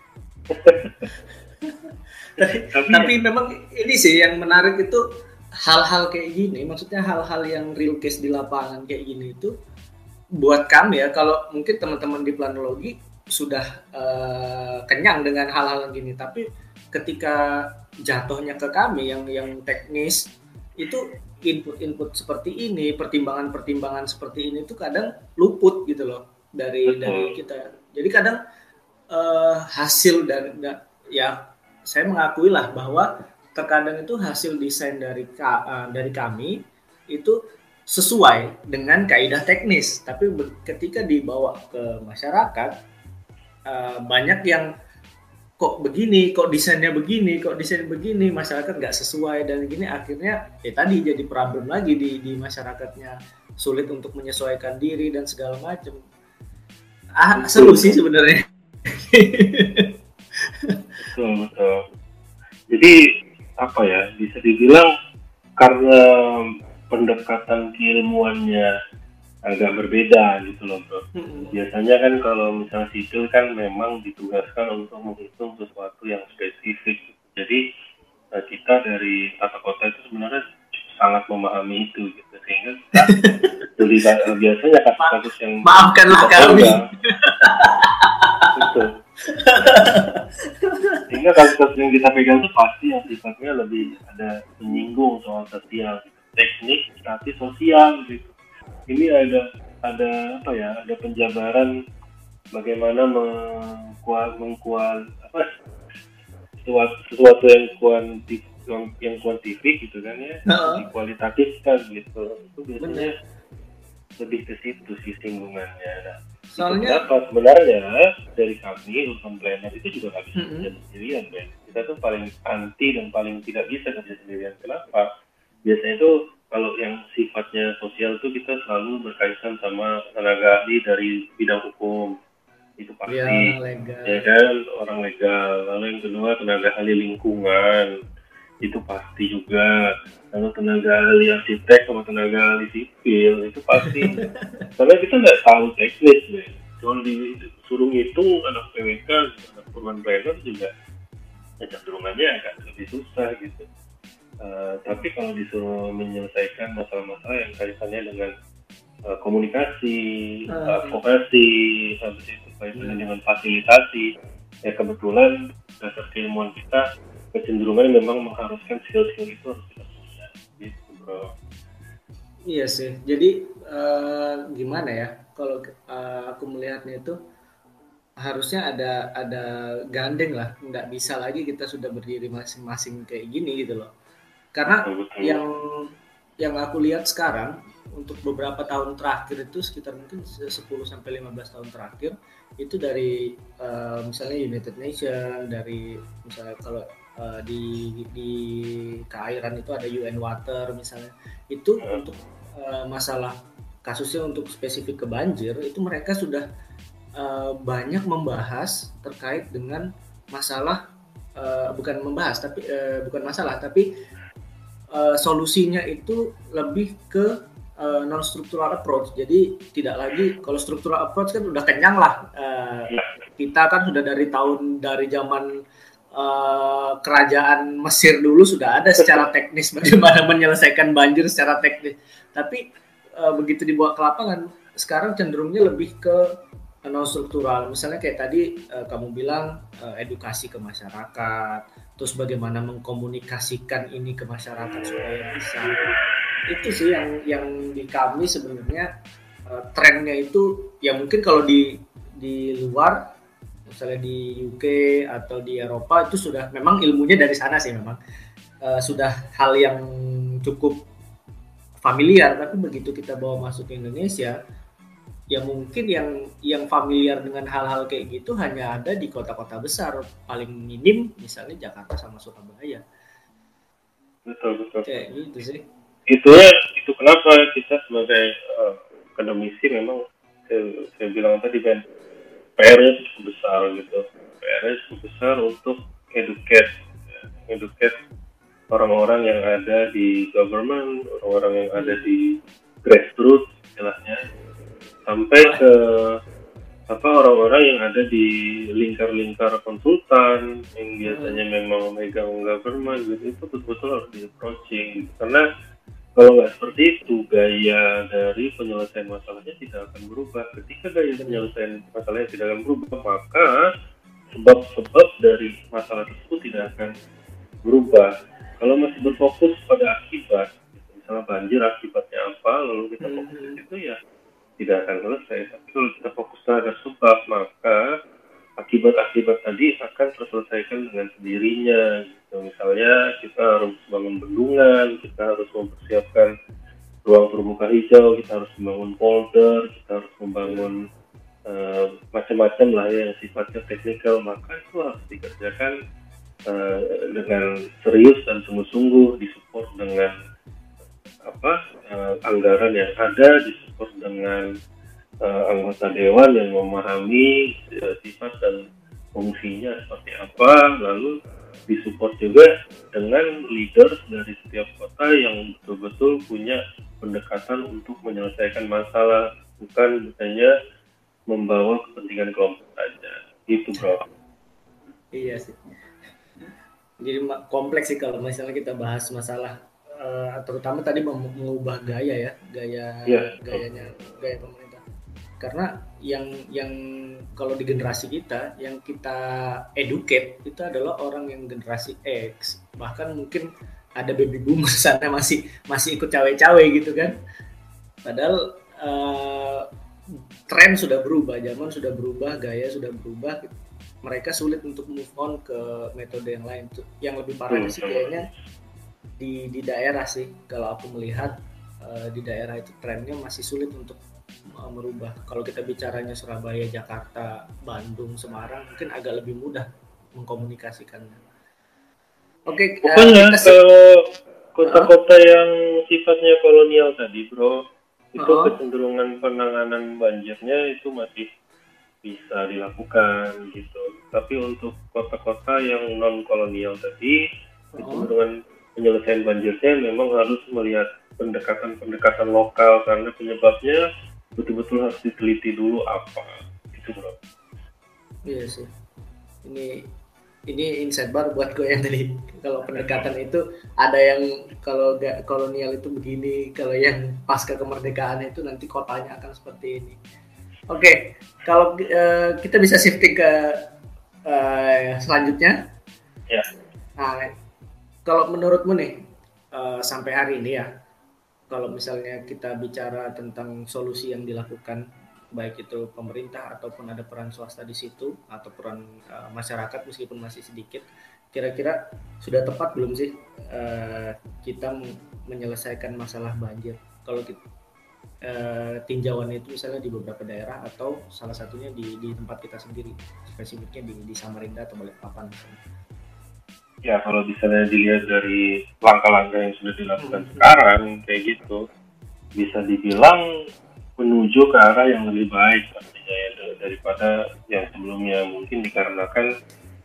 tapi, tapi, tapi ya, memang ini sih yang menarik itu hal-hal kayak gini, maksudnya hal-hal yang real case di lapangan kayak gini itu buat kami ya, kalau mungkin teman-teman di planologi sudah uh, kenyang dengan hal-hal gini, tapi ketika jatuhnya ke kami yang yang teknis itu input-input seperti ini, pertimbangan-pertimbangan seperti ini tuh kadang luput gitu loh dari Betul. dari kita. Jadi kadang uh, hasil dari ya saya mengakui lah bahwa terkadang itu hasil desain dari uh, dari kami itu sesuai dengan kaidah teknis, tapi ketika dibawa ke masyarakat uh, banyak yang kok begini, kok desainnya begini, kok desain begini, masyarakat nggak sesuai dan gini, akhirnya ya tadi jadi problem lagi di di masyarakatnya, sulit untuk menyesuaikan diri dan segala macam. Ah, seru sih sebenarnya. Betul, betul. Jadi apa ya, bisa dibilang karena pendekatan keilmuannya agak berbeda gitu loh bro. Mm-hmm. Biasanya kan kalau misalnya sipil kan memang ditugaskan untuk menghitung sesuatu yang spesifik. Jadi kita dari tata kota itu sebenarnya sangat memahami itu gitu, sehingga kita biasanya kasus-kasus yang maafkanlah kami. Betul. Sehingga kasus-kasus yang kita pegang itu pasti yang sifatnya lebih ada menyinggung soal sosial, gitu. Teknik tapi sosial gitu. Ini ada ada apa ya, ada penjabaran bagaimana mengkual mengkual apa sesuatu, sesuatu yang kuantif yang, yang kuantifik gitu kan ya, uh-huh. dikualitatifkan gitu. Itu biasanya Bener. lebih ke situ sih singgungannya. Nah, soalnya kenapa sebenarnya dari kami urban planner itu juga nggak bisa uh-huh. kerja sendirian, Ben. Kita tuh paling anti dan paling tidak bisa kerja sendirian. Kenapa? Biasanya itu kalau yang sifatnya sosial tuh kita selalu berkaitan sama tenaga ahli dari bidang hukum, itu pasti, ya, ya kan, orang legal. Lalu yang kedua tenaga ahli lingkungan, itu pasti juga. Lalu tenaga ahli arsitek sama tenaga ahli sipil, itu pasti. Karena kita nggak tahu teknis, deh. Cuma disuruh ngitung anak P W K, anak urban planner juga, ya cenderungannya agak lebih susah gitu. Uh, tapi kalau disuruh menyelesaikan masalah-masalah yang kaitannya dengan uh, komunikasi, uh. advokasi, habis itu kaitannya dengan fasilitasi, ya kebetulan dasar keilmuan kita kecenderungannya memang mengharuskan skill-skill itu harus kita punya, gitu bro. Iya sih, jadi uh, gimana ya, kalau uh, aku melihatnya itu harusnya ada ada gandeng lah, nggak bisa lagi kita sudah berdiri masing-masing kayak gini gitu loh. Karena Betul. yang yang aku lihat sekarang untuk beberapa tahun terakhir itu sekitar mungkin sepuluh sampai lima belas tahun terakhir itu dari uh, misalnya United Nations, dari misalnya kalau uh, di di keairan itu ada U N Water misalnya, itu untuk uh, masalah kasusnya untuk spesifik ke banjir itu mereka sudah uh, banyak membahas terkait dengan masalah uh, bukan membahas tapi uh, bukan masalah tapi uh, solusinya itu lebih ke uh, non struktural approach. Jadi tidak lagi kalau struktural approach kan udah kenyang lah. Uh, kita kan sudah dari tahun dari zaman uh, kerajaan Mesir dulu sudah ada secara teknis bagaimana menyelesaikan banjir secara teknis. Tapi uh, begitu dibawa ke lapangan sekarang cenderungnya lebih ke non struktural. Misalnya kayak tadi uh, kamu bilang uh, edukasi ke masyarakat, terus bagaimana mengkomunikasikan ini ke masyarakat supaya bisa. Itu sih yang yang di kami sebenarnya uh, trennya itu ya mungkin kalau di di luar misalnya di U K atau di Eropa itu sudah memang ilmunya dari sana sih memang uh, sudah hal yang cukup familiar, tapi begitu kita bawa masuk ke Indonesia ya mungkin yang yang familiar dengan hal-hal kayak gitu hanya ada di kota-kota besar, paling minim misalnya Jakarta sama Surabaya. Betul betul. Kayak gitu sih. Itu ya, itu kenapa kita sebagai uh, akademisi memang saya, saya bilang tadi kan P R-nya cukup besar gitu. P R-nya cukup besar untuk educate, ya, educate orang-orang yang ada di government, orang-orang yang ada di grassroots istilahnya, sampai ke apa orang-orang yang ada di lingkar-lingkar konsultan yang biasanya memang megang government gitu, itu betul-betul harus di approaching gitu. Karena kalau nggak seperti itu, gaya dari penyelesaian masalahnya tidak akan berubah. Ketika gaya penyelesaian masalahnya tidak akan berubah, maka sebab-sebab dari masalah tersebut tidak akan berubah. Kalau masih berfokus pada akibat, misalnya banjir akibatnya apa, lalu kita fokus ke situ ya tidak akan selesai. Tapi kalau kita fokus terhadap sebab, maka akibat-akibat tadi akan terselesaikan dengan sendirinya. Gitu. Misalnya kita harus bangun bendungan, kita harus mempersiapkan ruang terbuka hijau, kita harus membangun polder, kita harus membangun uh, macam-macam lah ya yang sifatnya teknikal, maka itu harus dikerjakan uh, dengan serius dan sungguh-sungguh, disupport dengan apa uh, anggaran yang ada, disupport dengan uh, anggota dewan yang memahami uh, sifat dan fungsinya seperti apa, lalu disupport juga dengan leaders dari setiap kota yang betul-betul punya pendekatan untuk menyelesaikan masalah, bukan hanya membawa kepentingan kelompok saja. Itu bro. Iya sih. Jadi kompleks sih kalau misalnya kita bahas masalah uh, terutama tadi mengubah gaya ya, gaya yeah. gayanya gaya pemerintah. Karena yang yang kalau di generasi kita yang kita educate itu adalah orang yang generasi X, bahkan mungkin ada baby boomer sana masih masih ikut cawe-cawe gitu kan. Padahal uh, tren sudah berubah, zaman sudah berubah, gaya sudah berubah. Mereka sulit untuk move on ke metode yang lain. Yang lebih parahnya sih kayaknya di di daerah sih. Kalau aku melihat uh, di daerah itu trennya masih sulit untuk uh, merubah. Kalau kita bicaranya Surabaya, Jakarta, Bandung, Semarang mungkin agak lebih mudah mengkomunikasikannya. Oke, okay, pokoknya uh, kalau kota-kota uh, yang sifatnya kolonial tadi, bro, itu uh-huh. kecenderungan penanganan banjirnya itu masih bisa dilakukan gitu. Tapi untuk kota-kota yang non kolonial tadi, oh. itu dengan penyelesaian banjirnya memang harus melihat pendekatan-pendekatan lokal, karena penyebabnya betul-betul harus diteliti dulu apa. Itu bro. Iya sih. Ini ini insight baru buat gue yang tadi. Kalau pendekatan itu ada yang kalau gak kolonial itu begini, kalau yang pasca kemerdekaan itu nanti kotanya akan seperti ini. Oke, okay. Kalau uh, kita bisa shifting ke uh, selanjutnya. Ya. Nah, kalau menurutmu nih uh, sampai hari ini ya, kalau misalnya kita bicara tentang solusi yang dilakukan, baik itu pemerintah ataupun ada peran swasta di situ atau peran uh, masyarakat meskipun masih sedikit, kira-kira sudah tepat belum sih uh, kita menyelesaikan masalah banjir? Kalau kita Uh, tinjauan itu misalnya di beberapa daerah atau salah satunya di, di tempat kita sendiri, spesifiknya di, di Samarinda atau Balikpapan misalnya. Ya kalau misalnya dilihat dari langkah-langkah yang sudah dilakukan hmm. sekarang kayak gitu, bisa dibilang menuju ke arah yang lebih baik artinya ya, daripada yang sebelumnya. Mungkin dikarenakan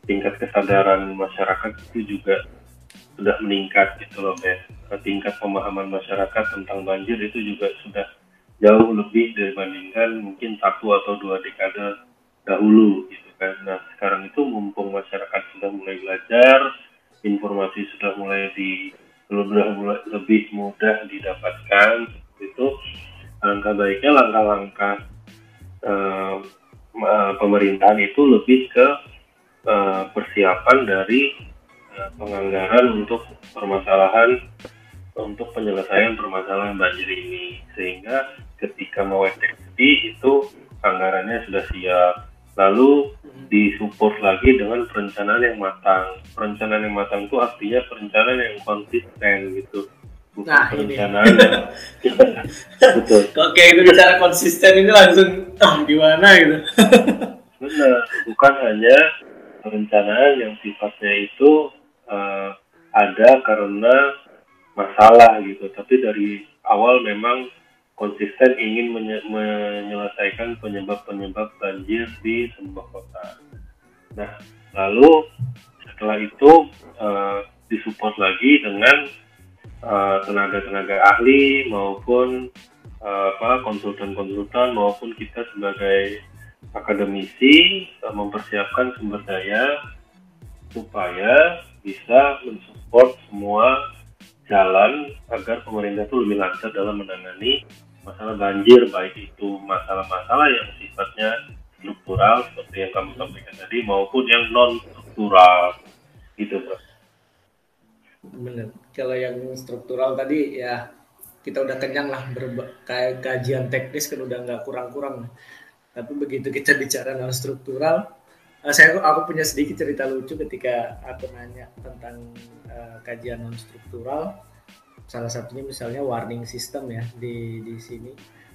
tingkat kesadaran masyarakat itu juga sudah meningkat gitu loh, Bes. Tingkat pemahaman masyarakat tentang banjir itu juga sudah jauh lebih dibandingkan mungkin satu atau dua dekade dahulu gitu kan. Nah sekarang itu mumpung masyarakat sudah mulai belajar, informasi sudah mulai di sudah mulai lebih mudah didapatkan, itu langkah baiknya langkah-langkah uh, pemerintahan itu lebih ke uh, persiapan dari uh, penganggaran untuk permasalahan untuk penyelesaian permasalahan banjir ini, sehingga ketika mau eksekusi itu anggarannya sudah siap, lalu disupport lagi dengan perencanaan yang matang. Perencanaan yang matang itu artinya perencanaan yang konsisten gitu, bukan nah, perencanaan ini. Betul. Oke, itu bicara konsisten ini langsung ah gimana gitu. Benar, bukan hanya perencanaan yang sifatnya itu uh, ada karena masalah gitu, tapi dari awal memang konsisten ingin menye- menyelesaikan penyebab-penyebab banjir di sebuah kota. Nah, lalu setelah itu uh, disupport lagi dengan uh, tenaga-tenaga ahli maupun uh, apa konsultan-konsultan maupun kita sebagai akademisi uh, mempersiapkan sumber daya supaya bisa mensupport semua jalan agar pemerintah itu lebih lancar dalam menangani masalah banjir, baik itu masalah-masalah yang sifatnya struktural seperti yang kamu sampaikan tadi maupun yang non struktural gitu, Bro. Benar. Kalau yang struktural tadi ya kita udah kenyang lah, berba- kayak kajian teknis kan udah nggak kurang-kurang. Tapi begitu kita bicara non struktural, uh, saya aku punya sedikit cerita lucu ketika aku nanya tentang uh, kajian non struktural. Salah satunya misalnya warning system ya di di sini.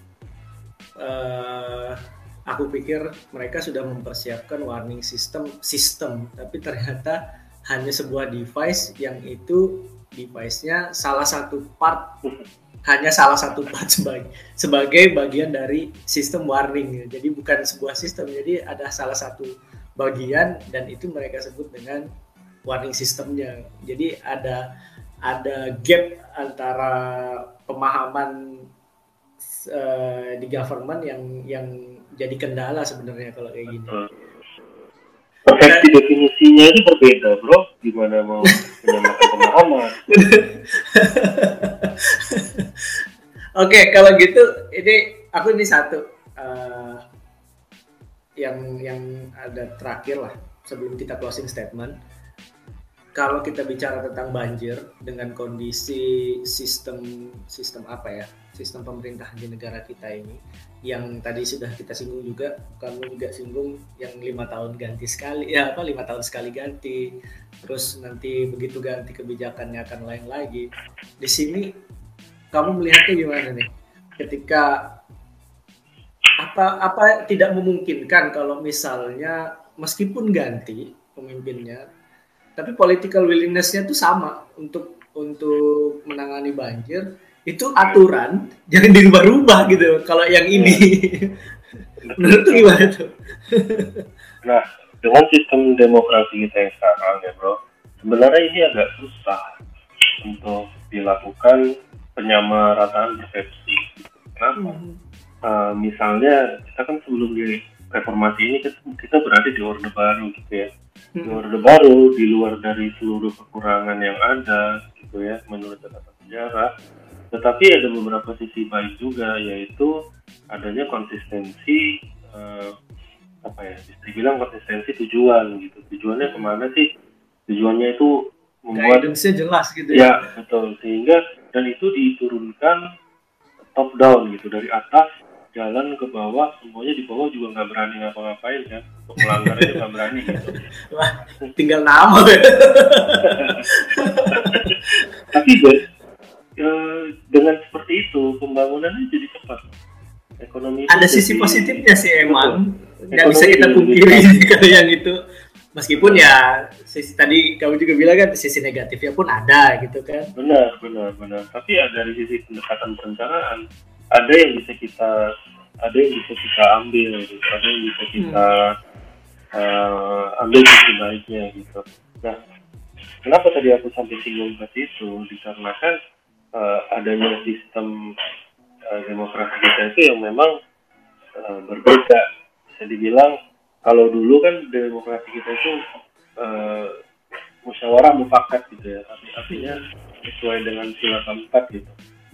Uh, aku pikir mereka sudah mempersiapkan warning system sistem, tapi ternyata hanya sebuah device yang itu device-nya salah satu part hanya salah satu part sebagai sebagai bagian dari sistem warning. Jadi bukan sebuah sistem, jadi ada salah satu bagian dan itu mereka sebut dengan warning systemnya. Jadi ada ada gap antara pemahaman uh, di government yang yang jadi kendala sebenarnya kalau kayak gini. Persepsi definisinya itu berbeda, Bro. Gimana mau menyamakan pemahaman? Oke, kalau gitu ini aku ini satu uh, yang yang ada terakhir lah sebelum kita closing statement. Kalau kita bicara tentang banjir dengan kondisi sistem sistem apa ya, sistem pemerintahan di negara kita ini, yang tadi sudah kita singgung juga, kamu juga singgung yang lima tahun ganti sekali, ya apa lima tahun sekali ganti, terus nanti begitu ganti kebijakannya akan lain lagi. Di sini kamu melihatnya gimana nih? Ketika apa apa tidak memungkinkan kalau misalnya meskipun ganti pemimpinnya, tapi political willingness-nya itu sama untuk untuk menangani banjir, itu aturan jangan dirubah-rubah gitu. Kalau yang ini, ya. Menurut gimana tuh? Nah, dengan sistem demokrasi kita yang sekarang ya, Bro, sebenarnya ini agak susah untuk dilakukan penyamarataan persepsi. Kenapa? Hmm. Uh, misalnya kita kan sebelum di reformasi ini kita, kita berada di orde baru gitu ya. Di orde baru, di luar dari seluruh kekurangan yang ada gitu ya menurut catatan sejarah, tetapi ada beberapa sisi baik juga, yaitu adanya konsistensi uh, apa ya, bisa dibilang konsistensi tujuan gitu. Tujuannya kemana sih? Tujuannya itu membuat guidance-nya jelas gitu ya. Ya betul, sehingga dan itu diturunkan top down gitu, dari atas jalan ke bawah, semuanya di bawah juga nggak berani ngapa-ngapain ya, untuk melanggar aja nggak berani gitu. Wah, tinggal nama ya. Tapi guys, ya, dengan seperti itu pembangunannya jadi cepat. Ekonomi ada sisi positifnya sih emang, nggak bisa kita pungkiri kalau yang itu. Meskipun ya sisi tadi kamu juga bilang kan sisi negatifnya pun ada gitu kan. Benar, benar, benar. Tapi ya dari sisi pendekatan perencanaan ada yang bisa kita ada yang bisa kita ambil gitu. Ada yang bisa kita hmm. uh, ambil sisi baiknya gitu. Nah, kenapa tadi aku sampai singgung ke situ? Dikarenakan uh, adanya sistem uh, demokrasi kita itu yang memang uh, berbeda. Bisa dibilang kalau dulu kan demokrasi kita itu uh, musyawarah mufakat gitu ya, artinya sesuai dengan sila keempat gitu.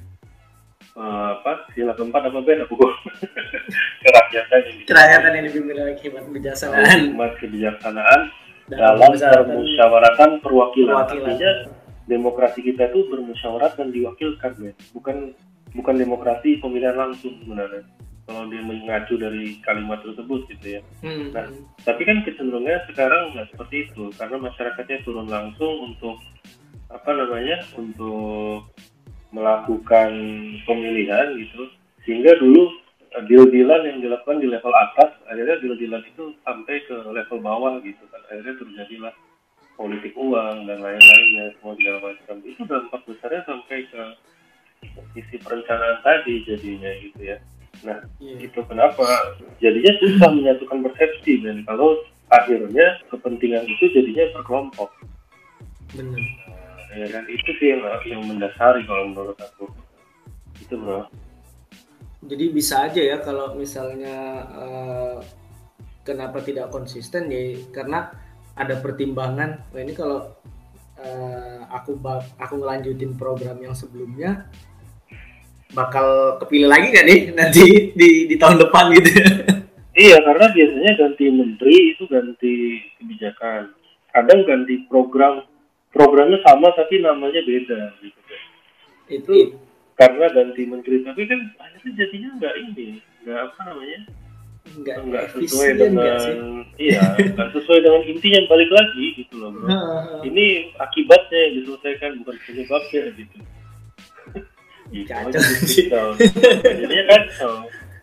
Uh, apa sila keempat apa beda aku kerakyatan ini kerakyatan yang dipimpin oleh hikmat kebijaksanaan hikmat kebijaksanaan dalam permusyawaratan perwakilan. Artinya demokrasi kita itu bermusyawarat dan diwakilkan, ya. bukan bukan demokrasi pemilihan langsung sebenarnya kalau dia mengacu dari kalimat tersebut gitu ya. Hmm. Nah, tapi kan kecenderungannya sekarang nggak seperti itu karena masyarakatnya turun langsung untuk apa namanya untuk melakukan pemilihan gitu, sehingga dulu deal-dealan yang dilakukan di level atas akhirnya deal-dealan itu sampai ke level bawah gitu kan, akhirnya terjadilah politik uang dan lain-lainnya semua segala macam. Itu dampak besarnya sampai ke sisi perencanaan tadi jadinya gitu ya. Nah, yeah. Itu kenapa jadinya susah menyatukan persepsi, dan kalau akhirnya kepentingan itu jadinya berkelompok. Benar. Nah, ya kan itu sih yang, yang mendasari kalau menurut aku. Itu bro. Jadi bisa aja ya kalau misalnya uh, kenapa tidak konsisten ya karena ada pertimbangan. Wah ini kalau uh, aku aku ngelanjutin program yang sebelumnya bakal kepilih lagi nggak nih nanti di di tahun depan gitu. Iya, karena biasanya ganti menteri itu ganti kebijakan, kadang ganti program, programnya sama tapi namanya beda gitu kan. Itu karena ganti menteri, tapi kan akhirnya jadinya nggak ini, nggak apa namanya, nggak, nggak sesuai dengan iya, nggak sesuai dengan intinya, balik lagi gitu loh bro. Ini akibatnya yang diselesaikan bukan penyebabnya gitu. Kacau sih. Jadinya kacau.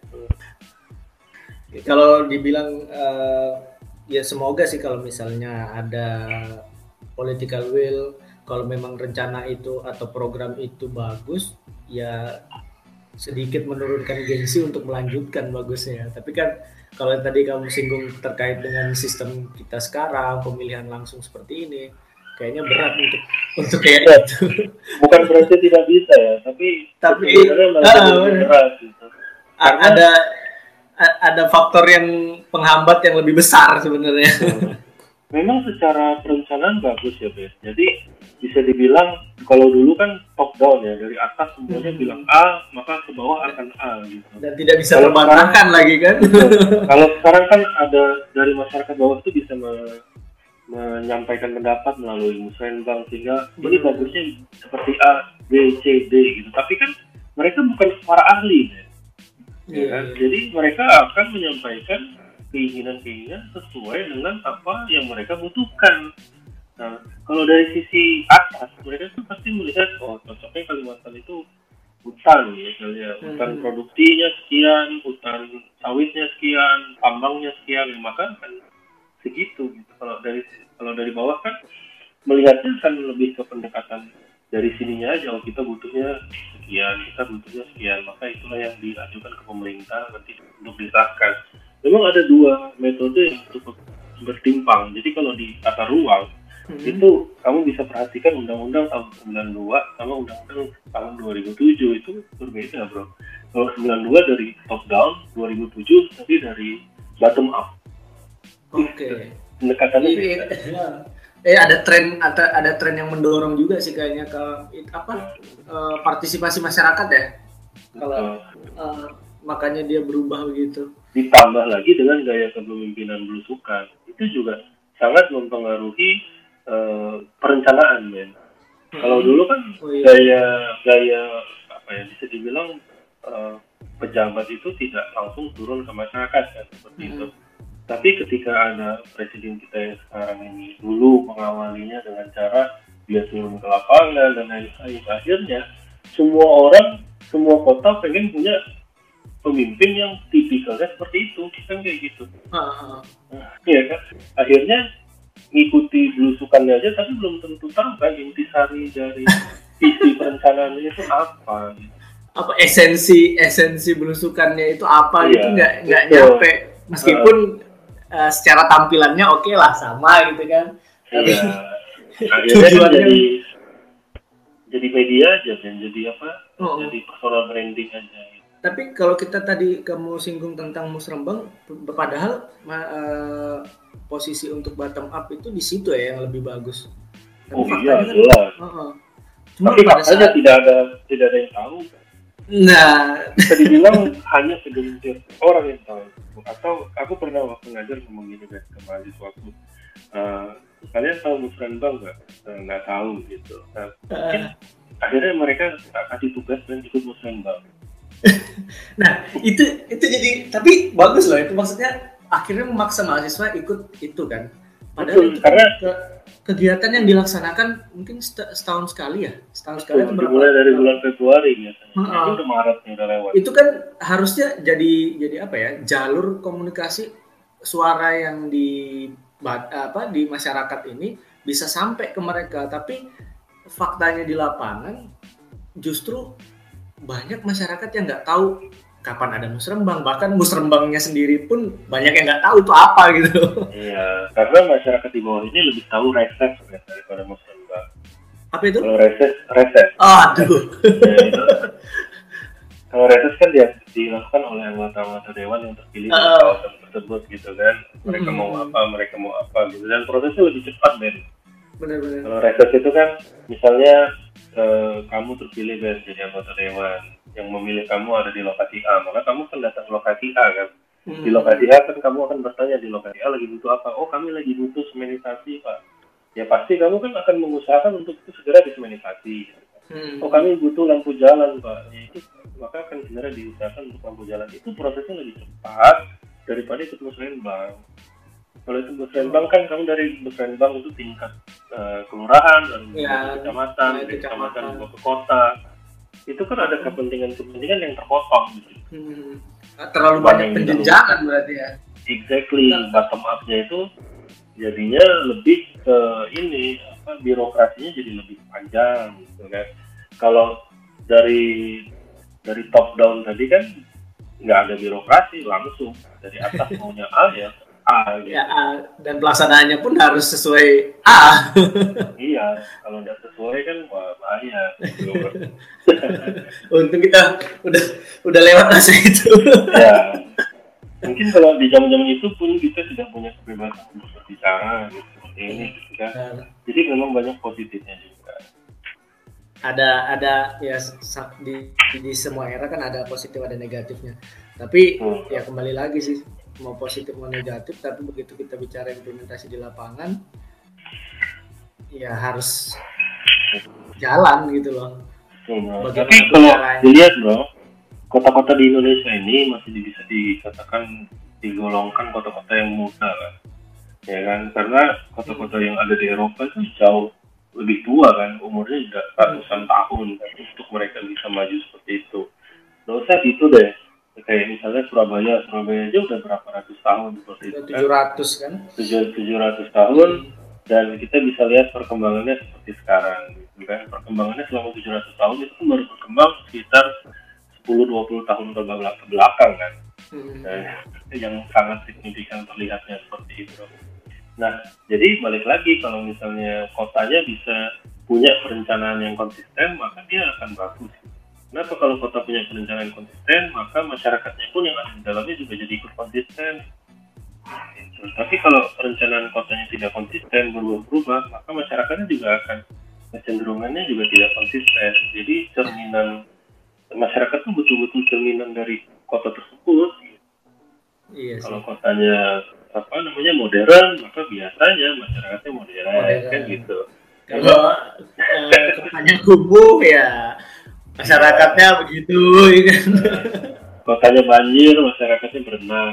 Kalau dibilang uh, ya semoga sih kalau misalnya ada political will, kalau memang rencana itu atau program itu bagus, ya sedikit menurunkan gengsi untuk melanjutkan bagusnya. Tapi kan kalau tadi kamu singgung terkait dengan sistem kita sekarang, pemilihan langsung seperti ini, kayaknya berat untuk untuk kayak ya, itu. Bukan berarti tidak bisa ya, tapi tapi uh, berat gitu. Karena ada ada faktor yang penghambat yang lebih besar sebenarnya. Memang secara perencanaan bagus ya, Bes. Jadi bisa dibilang kalau dulu kan top down ya, dari atas semuanya hmm. bilang A, maka ke bawah akan A gitu. Dan tidak bisa terbantahkan lagi kan. Kalau sekarang kan ada dari masyarakat bawah itu bisa me- menyampaikan pendapat melalui musrenbang, sehingga hmm. ini bagusnya seperti A, B, C, D gitu. Tapi kan mereka bukan para ahli ya. Ya kan? Jadi mereka akan menyampaikan keinginan-keinginan sesuai dengan apa yang mereka butuhkan. Nah, kalau dari sisi atas, mereka tuh pasti melihat, oh cocoknya Kalimantan itu hutan, misalnya hutan hmm. produksinya sekian, hutan sawitnya sekian, tambangnya sekian, maka kan segitu. Gitu. Kalau dari kalau dari bawah kan melihatnya kan lebih ke pendekatan dari sininya aja, oh kita butuhnya sekian, kita butuhnya sekian, maka itulah yang diajukan ke pemerintah nanti untuk disahkan. Memang ada dua metode yang cukup bertimpang. Jadi kalau di tata ruang hmm. itu kamu bisa perhatikan undang-undang tahun sembilan puluh dua sama undang-undang tahun dua ribu tujuh itu berbeda bro. Kalau sembilan puluh dua dari top down, dua ribu tujuh tapi dari bottom up. Oke. Okay. Pendekatannya beda. Eh ada tren ada ada tren yang mendorong juga sih kayaknya ke apa uh, partisipasi masyarakat ya. Kalau uh, makanya dia berubah begitu. Ditambah lagi dengan gaya kepemimpinan belusukan, itu juga sangat mempengaruhi uh, perencanaan, men. Hmm. Kalau dulu kan oh, iya. gaya gaya apa ya bisa dibilang uh, pejabat itu tidak langsung turun ke masyarakat kan seperti hmm. itu. Tapi ketika ada presiden kita yang sekarang ini dulu mengawalinya dengan cara dia turun ke lapangan dan lain-lain, akhirnya semua orang, semua kota pengen punya pemimpin yang tipikalnya seperti itu, kan kayak gitu. Uh-huh. Nah, iya kan? Akhirnya ngikuti belusukannya aja, tapi belum tentu tahu kan intisari dari visi perencanaannya itu apa. Gitu. Apa esensi esensi belusukannya itu apa iya, gitu nggak nggak nyampe meskipun uh, uh, secara tampilannya oke okay lah sama gitu kan. Tapi iya. Akhirnya kan jadi jadi media aja dan jadi apa? Oh. Jadi personal branding aja. Tapi kalau kita tadi kamu singgung tentang musrembang, padahal uh, posisi untuk bottom up itu di situ ya yang lebih bagus. Tapi oh iya, kan, jelas. Uh-uh. Cuma tapi faktanya saat... tidak ada tidak ada yang tahu. Nah, bisa dibilang hanya segelintir orang yang tahu. Atau aku pernah waktu ngajar ngomong gini kan ke mahasiswaku. Uh, kalian tahu musrembang nggak? Uh, nggak tahu gitu. Nah, mungkin uh. akhirnya mereka kasih tugas dan ikut musrembang. Nah itu itu jadi tapi bagus loh itu maksudnya akhirnya memaksa mahasiswa ikut itu kan padahal betul, itu karena ke, kegiatan yang dilaksanakan mungkin setahun sekali ya setahun sekali itu mulai dari bulan Februari biasanya uh, itu udah Maret udah lewat itu kan harusnya jadi jadi apa ya jalur komunikasi suara yang di apa di masyarakat ini bisa sampai ke mereka tapi faktanya di lapangan justru banyak masyarakat yang nggak tahu kapan ada musrembang, bahkan musrembangnya sendiri pun banyak yang nggak tahu itu apa gitu. Iya, karena masyarakat di bawah ini lebih tahu reses daripada musrembang. Apa itu? Kalau reses, reses. Oh, aduh. Ya, itu. Kalau reses kan dia dilakukan oleh anggota-anggota dewan yang terpilih uh, di kawasan tersebut gitu kan. Mereka hmm. mau apa, mereka mau apa gitu dan prosesnya lebih cepat Ben. Benar-benar. Kalau reses itu kan misalnya Uh, kamu terpilih Ben jadi anggota dewan yang memilih kamu ada di lokasi A, maka kamu kan datang ke lokasi A kan. Hmm. Di lokasi A kan kamu akan bertanya di lokasi A lagi butuh apa? Oh kami lagi butuh semenisasi Pak. Ya pasti kamu kan akan mengusahakan untuk itu segera disemenisasi. Hmm. Oh kami butuh lampu jalan Pak. Ya, itu maka akan segera diusahakan untuk lampu jalan. Itu prosesnya lebih cepat daripada ikut musrembang. Kalau itu musrembang kan kamu dari musrembang itu tingkat uh, kelurahan dan ya, kecamatan, dari kecamatan ke kota. Itu kan ada kepentingan-kepentingan yang terpotong gitu. Hmm. Terlalu banyak penjenjangan berarti ya. Exactly, nah. Bottom up-nya itu jadinya lebih ke ini apa birokrasinya jadi lebih panjang gitu kan. Kalau dari dari top down tadi kan nggak ada birokrasi langsung dari atas maunya A ya. A, gitu. Ya, A, dan pelaksanaannya pun harus sesuai A. Iya, kalau nggak sesuai kan wah bahaya. Gitu. Untung kita udah udah lewat masa itu. Ya, mungkin kalau di zaman-zaman itu pun kita tidak punya kebebasan untuk berbicara gitu, seperti ini, gitu kan. Nah. Jadi memang banyak positifnya juga. Ada ada ya di di semua era kan ada positif ada negatifnya. Tapi hmm. ya kembali lagi sih. Mau positif mau negatif, tapi begitu kita bicara implementasi di lapangan, ya harus jalan gitu loh. Hmm, tapi kalau dilihat bro, kota-kota di Indonesia ini masih bisa dikatakan digolongkan kota-kota yang muda kan, ya kan? Karena kota-kota yang ada di Eropa itu jauh lebih tua kan, umurnya sudah ratusan tahun kan, untuk mereka bisa maju seperti itu. Nggak usah gitu deh. Kayak misalnya Surabaya, Surabaya aja udah berapa ratus tahun seperti itu kan? tujuh ratus kan? tujuh ratus tahun hmm. Dan kita bisa lihat perkembangannya seperti sekarang gitu kan. Perkembangannya selama tujuh ratus tahun itu kan baru berkembang sekitar sepuluh sampai dua puluh tahun ke belakang kan. Hmm. Dan yang sangat signifikan terlihatnya seperti itu. Nah, jadi balik lagi kalau misalnya kotanya bisa punya perencanaan yang konsisten, maka dia akan bagus. Kenapa kalau kota punya perencanaan konsisten, maka masyarakatnya pun yang ada di dalamnya juga jadi ikut konsisten. Gitu. Tapi kalau perencanaan kotanya tidak konsisten, berubah-ubah, maka masyarakatnya juga akan kecenderungannya juga tidak konsisten. Jadi cerminan masyarakat itu betul-betul cerminan dari kota tersebut. Iya sih. Kalau kotanya apa namanya modern, maka biasanya masyarakatnya modern, modern. Kan gitu. Kalau eh, kotanya kumuh ya masyarakatnya ya. Begitu ya kan. Kotanya banjir, masyarakatnya berenang.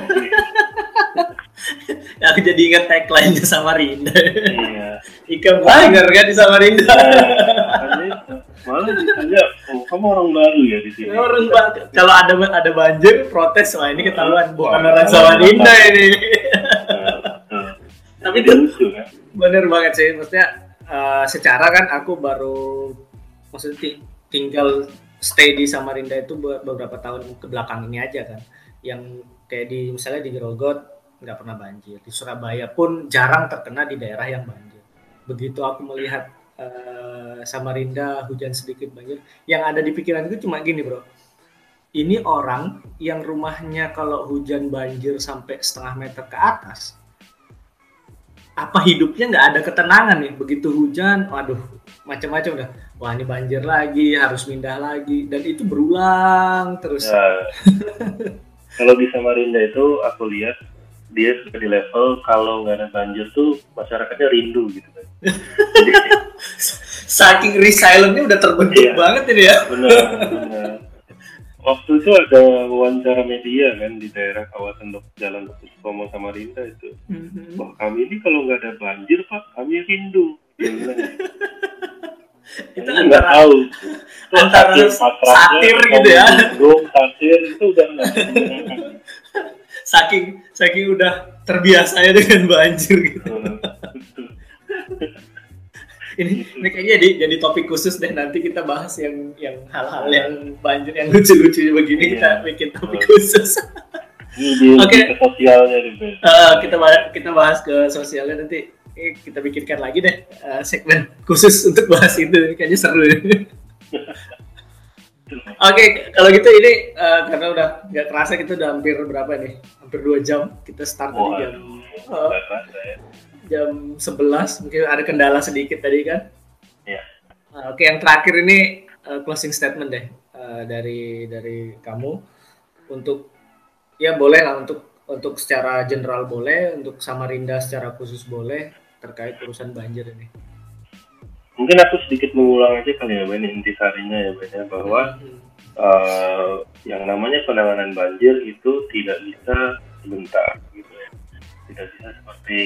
Aku jadi ingat tagline-nya Samarinda. Iya. Ikan banget kan di Samarinda. Nah, malah ditanya, oh kamu orang baru ya di sini. Orang baru. Kalau ada ada banjir, protes, wah ini ketahuan bukan orang Samarinda ini. Nah, nah. Tapi itu lucu kan? Bener banget sih, maksudnya uh, secara kan aku baru maksudnya tinggal stay di Samarinda itu beberapa tahun ke belakang ini aja kan, yang kayak di misalnya di Grogot nggak pernah banjir. Di Surabaya pun jarang terkena di daerah yang banjir. Begitu aku melihat uh, Samarinda hujan sedikit banjir, yang ada di pikiranku cuma gini bro, ini orang yang rumahnya kalau hujan banjir sampai setengah meter ke atas, apa hidupnya nggak ada ketenangan nih, begitu hujan, waduh macam-macam dah, wah ini banjir lagi, harus pindah lagi, dan itu berulang terus. Ya, kalau di Samarinda itu aku lihat dia sudah di level kalau nggak ada banjir tuh masyarakatnya rindu gitu kan. Jadi, saking resilient-nya udah terbentuk iya, banget ini ya. Benar, benar. Waktu itu ada wawancara media kan di daerah kawasan Jalan Dokter Sutomo Samarinda itu. Mm-hmm. Wah kami ini kalau nggak ada banjir pak, kami rindu. Itu nggak tahu. Itu antara satir gitu ya. Dong satir itu udah nggak. saking saking udah terbiasa ya dengan banjir gitu. ini ini kayaknya jadi jadi topik khusus deh, nanti kita bahas yang yang hal-hal yang banjir yang lucu-lucu begini, iya. Kita bikin topik khusus. Oke. Okay. Ke sosialnya deh. Uh, kita bahas, kita bahas ke sosialnya nanti. Eh, kita bikinkan lagi deh uh, segmen khusus untuk bahas itu, kayaknya seru. Oke, okay, kalau gitu ini uh, karena udah nggak kerasa kita udah hampir berapa nih? Hampir dua jam kita start tadi jam uh, jam sebelas, mungkin ada kendala sedikit tadi kan? Iya. Uh, Oke, okay, yang terakhir ini uh, closing statement deh uh, dari dari kamu untuk ya boleh lah untuk untuk secara general boleh, untuk Samarinda secara khusus boleh terkait urusan banjir ini. Mungkin aku sedikit mengulang aja kali ya Ben, intisarinya ya Ben ya, bahwa hmm. uh, yang namanya penanganan banjir itu tidak bisa sebentar gitu ya. Tidak bisa seperti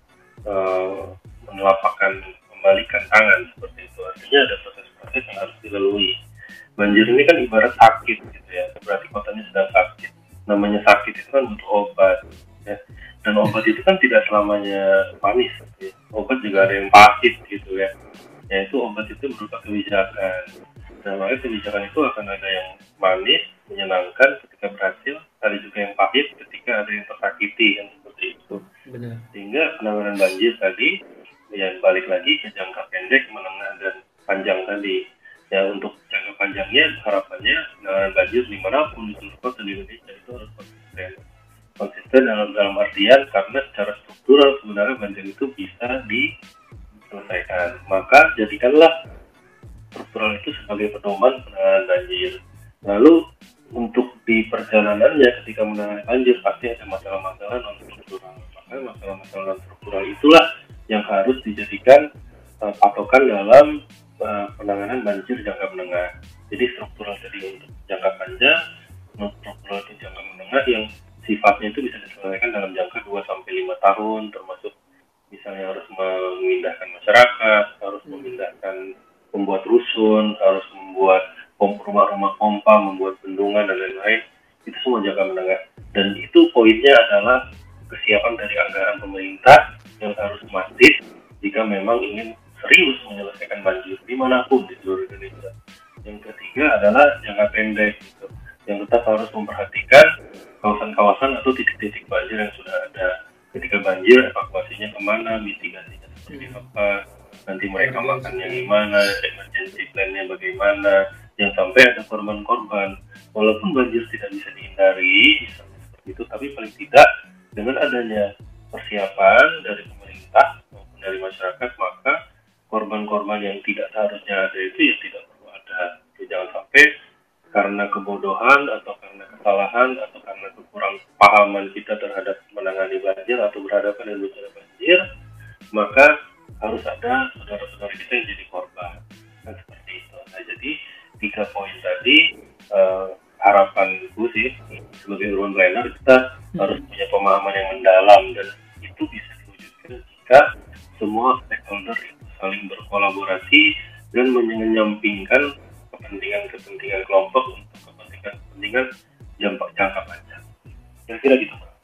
uh, menelapakkan, membalikan tangan seperti itu. Artinya ada proses-proses yang harus dilalui. Banjir ini kan ibarat sakit gitu ya, berarti kotanya sedang sakit. Namanya sakit itu kan butuh obat ya. Dan obat itu kan tidak selamanya manis ya. Obat juga ada yang pahit gitu ya. Yaitu obat itu berupa kebijakan. Dan makanya kebijakan itu akan ada yang manis, menyenangkan ketika berhasil, ada juga yang pahit ketika ada yang tersakiti yang seperti itu. Benar. Sehingga penanganan banjir tadi ya balik lagi ke jangka pendek, menengah dan panjang tadi. Ya untuk jangka panjangnya harapannya penanganan banjir dimanapun di seluruh kota di Indonesia itu harus konsisten. Konsisten dalam, dalam artian karena secara struktural sebenarnya banjir itu bisa diselesaikan. Maka jadikanlah struktural itu sebagai pedoman penanganan banjir. Lalu untuk di perjalanannya ketika menangani banjir pasti ada masalah-masalah non struktural. Maka masalah-masalah non struktural itulah yang harus dijadikan uh, patokan dalam uh, penanganan banjir jangka menengah. Jadi struktural tadi untuk jangka panjang, non struktural itu jangka menengah yang sifatnya itu bisa diselesaikan dalam jangka dua sampai lima tahun, termasuk misalnya harus memindahkan masyarakat, harus memindahkan membuat rusun, harus membuat rumah-rumah pompa, membuat bendungan dan lain-lain. Itu semua jangka menengah. Dan itu poinnya adalah kesiapan dari anggaran pemerintah yang harus masif jika memang ingin serius menyelesaikan banjir dimanapun di seluruh Indonesia. Yang ketiga adalah jangka pendek gitu, yang tetap harus memperhatikan kawasan-kawasan atau titik-titik banjir yang sudah ada. Ketika banjir, evakuasinya kemana, mitigasinya seperti apa, nanti mereka makannya gimana, emergency plan-nya bagaimana, jangan sampai ada korban-korban. Walaupun banjir tidak bisa dihindari, misalnya seperti itu, tapi paling tidak dengan adanya persiapan dari pemerintah maupun dari masyarakat, maka korban-korban yang tidak seharusnya ada itu ya tidak perlu ada. Jadi, jangan sampai karena kebodohan atau karena kesalahan atau karena kekurang pahaman kita terhadap menangani banjir atau berhadapan dengan bencana banjir, maka harus ada saudara-saudara kita yang jadi korban. Kan seperti itu. Nah, jadi tiga poin tadi uh, harapanku sih sebagai urban planner kita hmm. harus punya pemahaman yang mendalam, dan itu bisa diwujudkan jika semua stakeholder itu saling berkolaborasi dan menyampingkan kepentingan-kepentingan kelompok untuk kepentingan-kepentingan jangka, jangka panjang. Kira-kira gitu, Bro.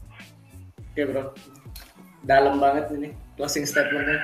Oke, Bro. Dalam banget ini closing statement-nya.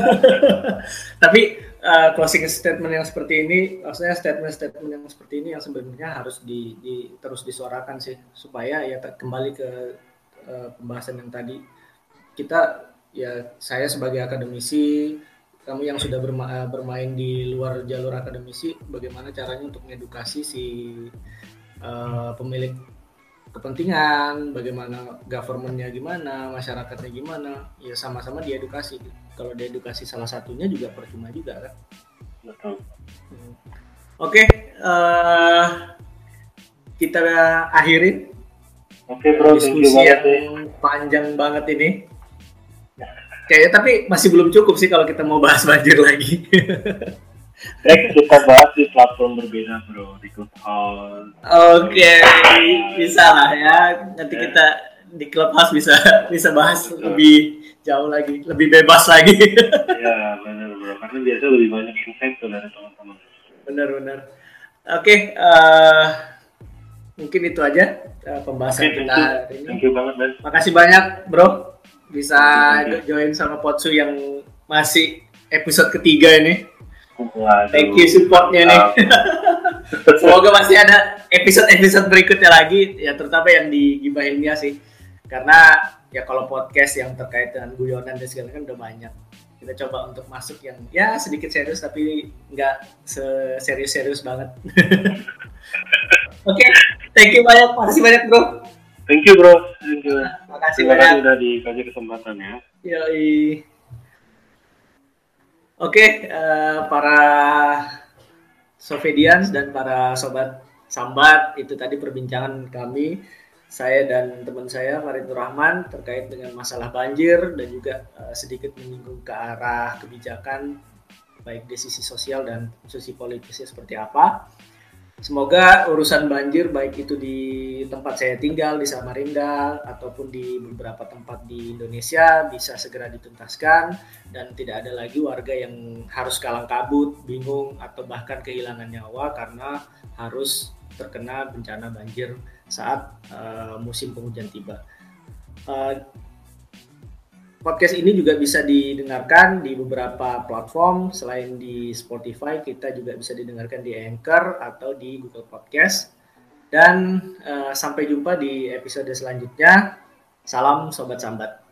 Tapi uh, closing statement yang seperti ini, maksudnya statement-statement yang seperti ini yang sebenarnya harus di, di terus disuarakan sih, supaya ya kembali ke uh, pembahasan yang tadi. Kita ya saya sebagai akademisi, kamu yang sudah berma- bermain di luar jalur akademisi, bagaimana caranya untuk mengedukasi si uh, pemilik kepentingan, bagaimana government-nya gimana, masyarakatnya gimana, ya sama-sama diedukasi. Kalau diedukasi salah satunya juga percuma juga kan. Betul. Hmm. Oke, okay, uh, kita akhirin. Oke okay, bro, diskusi yang banget, panjang banget ini. Kayaknya tapi masih belum cukup sih kalau kita mau bahas banjir lagi. Next kita bahas di platform berbeda bro, di Clubhouse. Oke, okay, bisa lah ya. Nanti yeah. kita di Clubhouse bisa bisa bahas Betul. lebih jauh lagi, lebih bebas lagi. Iya benar bro, karena biasa lebih banyak insight tuh dari teman-teman. Benar-benar. Oke, okay, uh, mungkin itu aja uh, pembahasan okay, kita hari ini. Thank you banget Ben. Makasih banyak bro, bisa thank you, join sama Potsu yang masih episode ketiga ini. Waduh. Thank you supportnya nih. Semoga masih ada episode-episode berikutnya lagi, ya terutama yang digibahinnya sih. Karena ya kalau podcast yang terkait dengan guyonan dan segala kan udah banyak. Kita coba untuk masuk yang ya sedikit serius tapi nggak serius-serius banget. Oke, okay, thank you banyak, makasih banyak bro. Thank you bro, thank you. Nah, makasih Terima banyak. Terima udah dikasih kesempatan ya. Yoi. Oke, okay, uh, para Sofedians dan para sobat sambat, itu tadi perbincangan kami, saya dan teman saya Farid Rahman terkait dengan masalah banjir dan juga uh, sedikit menyinggung ke arah kebijakan baik di sisi sosial dan sisi politisnya seperti apa. Semoga urusan banjir baik itu di tempat saya tinggal di Samarinda ataupun di beberapa tempat di Indonesia bisa segera dituntaskan dan tidak ada lagi warga yang harus kalang kabut, bingung atau bahkan kehilangan nyawa karena harus terkena bencana banjir saat uh, musim penghujan tiba. Uh, Podcast ini juga bisa didengarkan di beberapa platform. Selain di Spotify, kita juga bisa didengarkan di Anchor atau di Google Podcast. Dan uh, sampai jumpa di episode selanjutnya. Salam Sobat Sambat.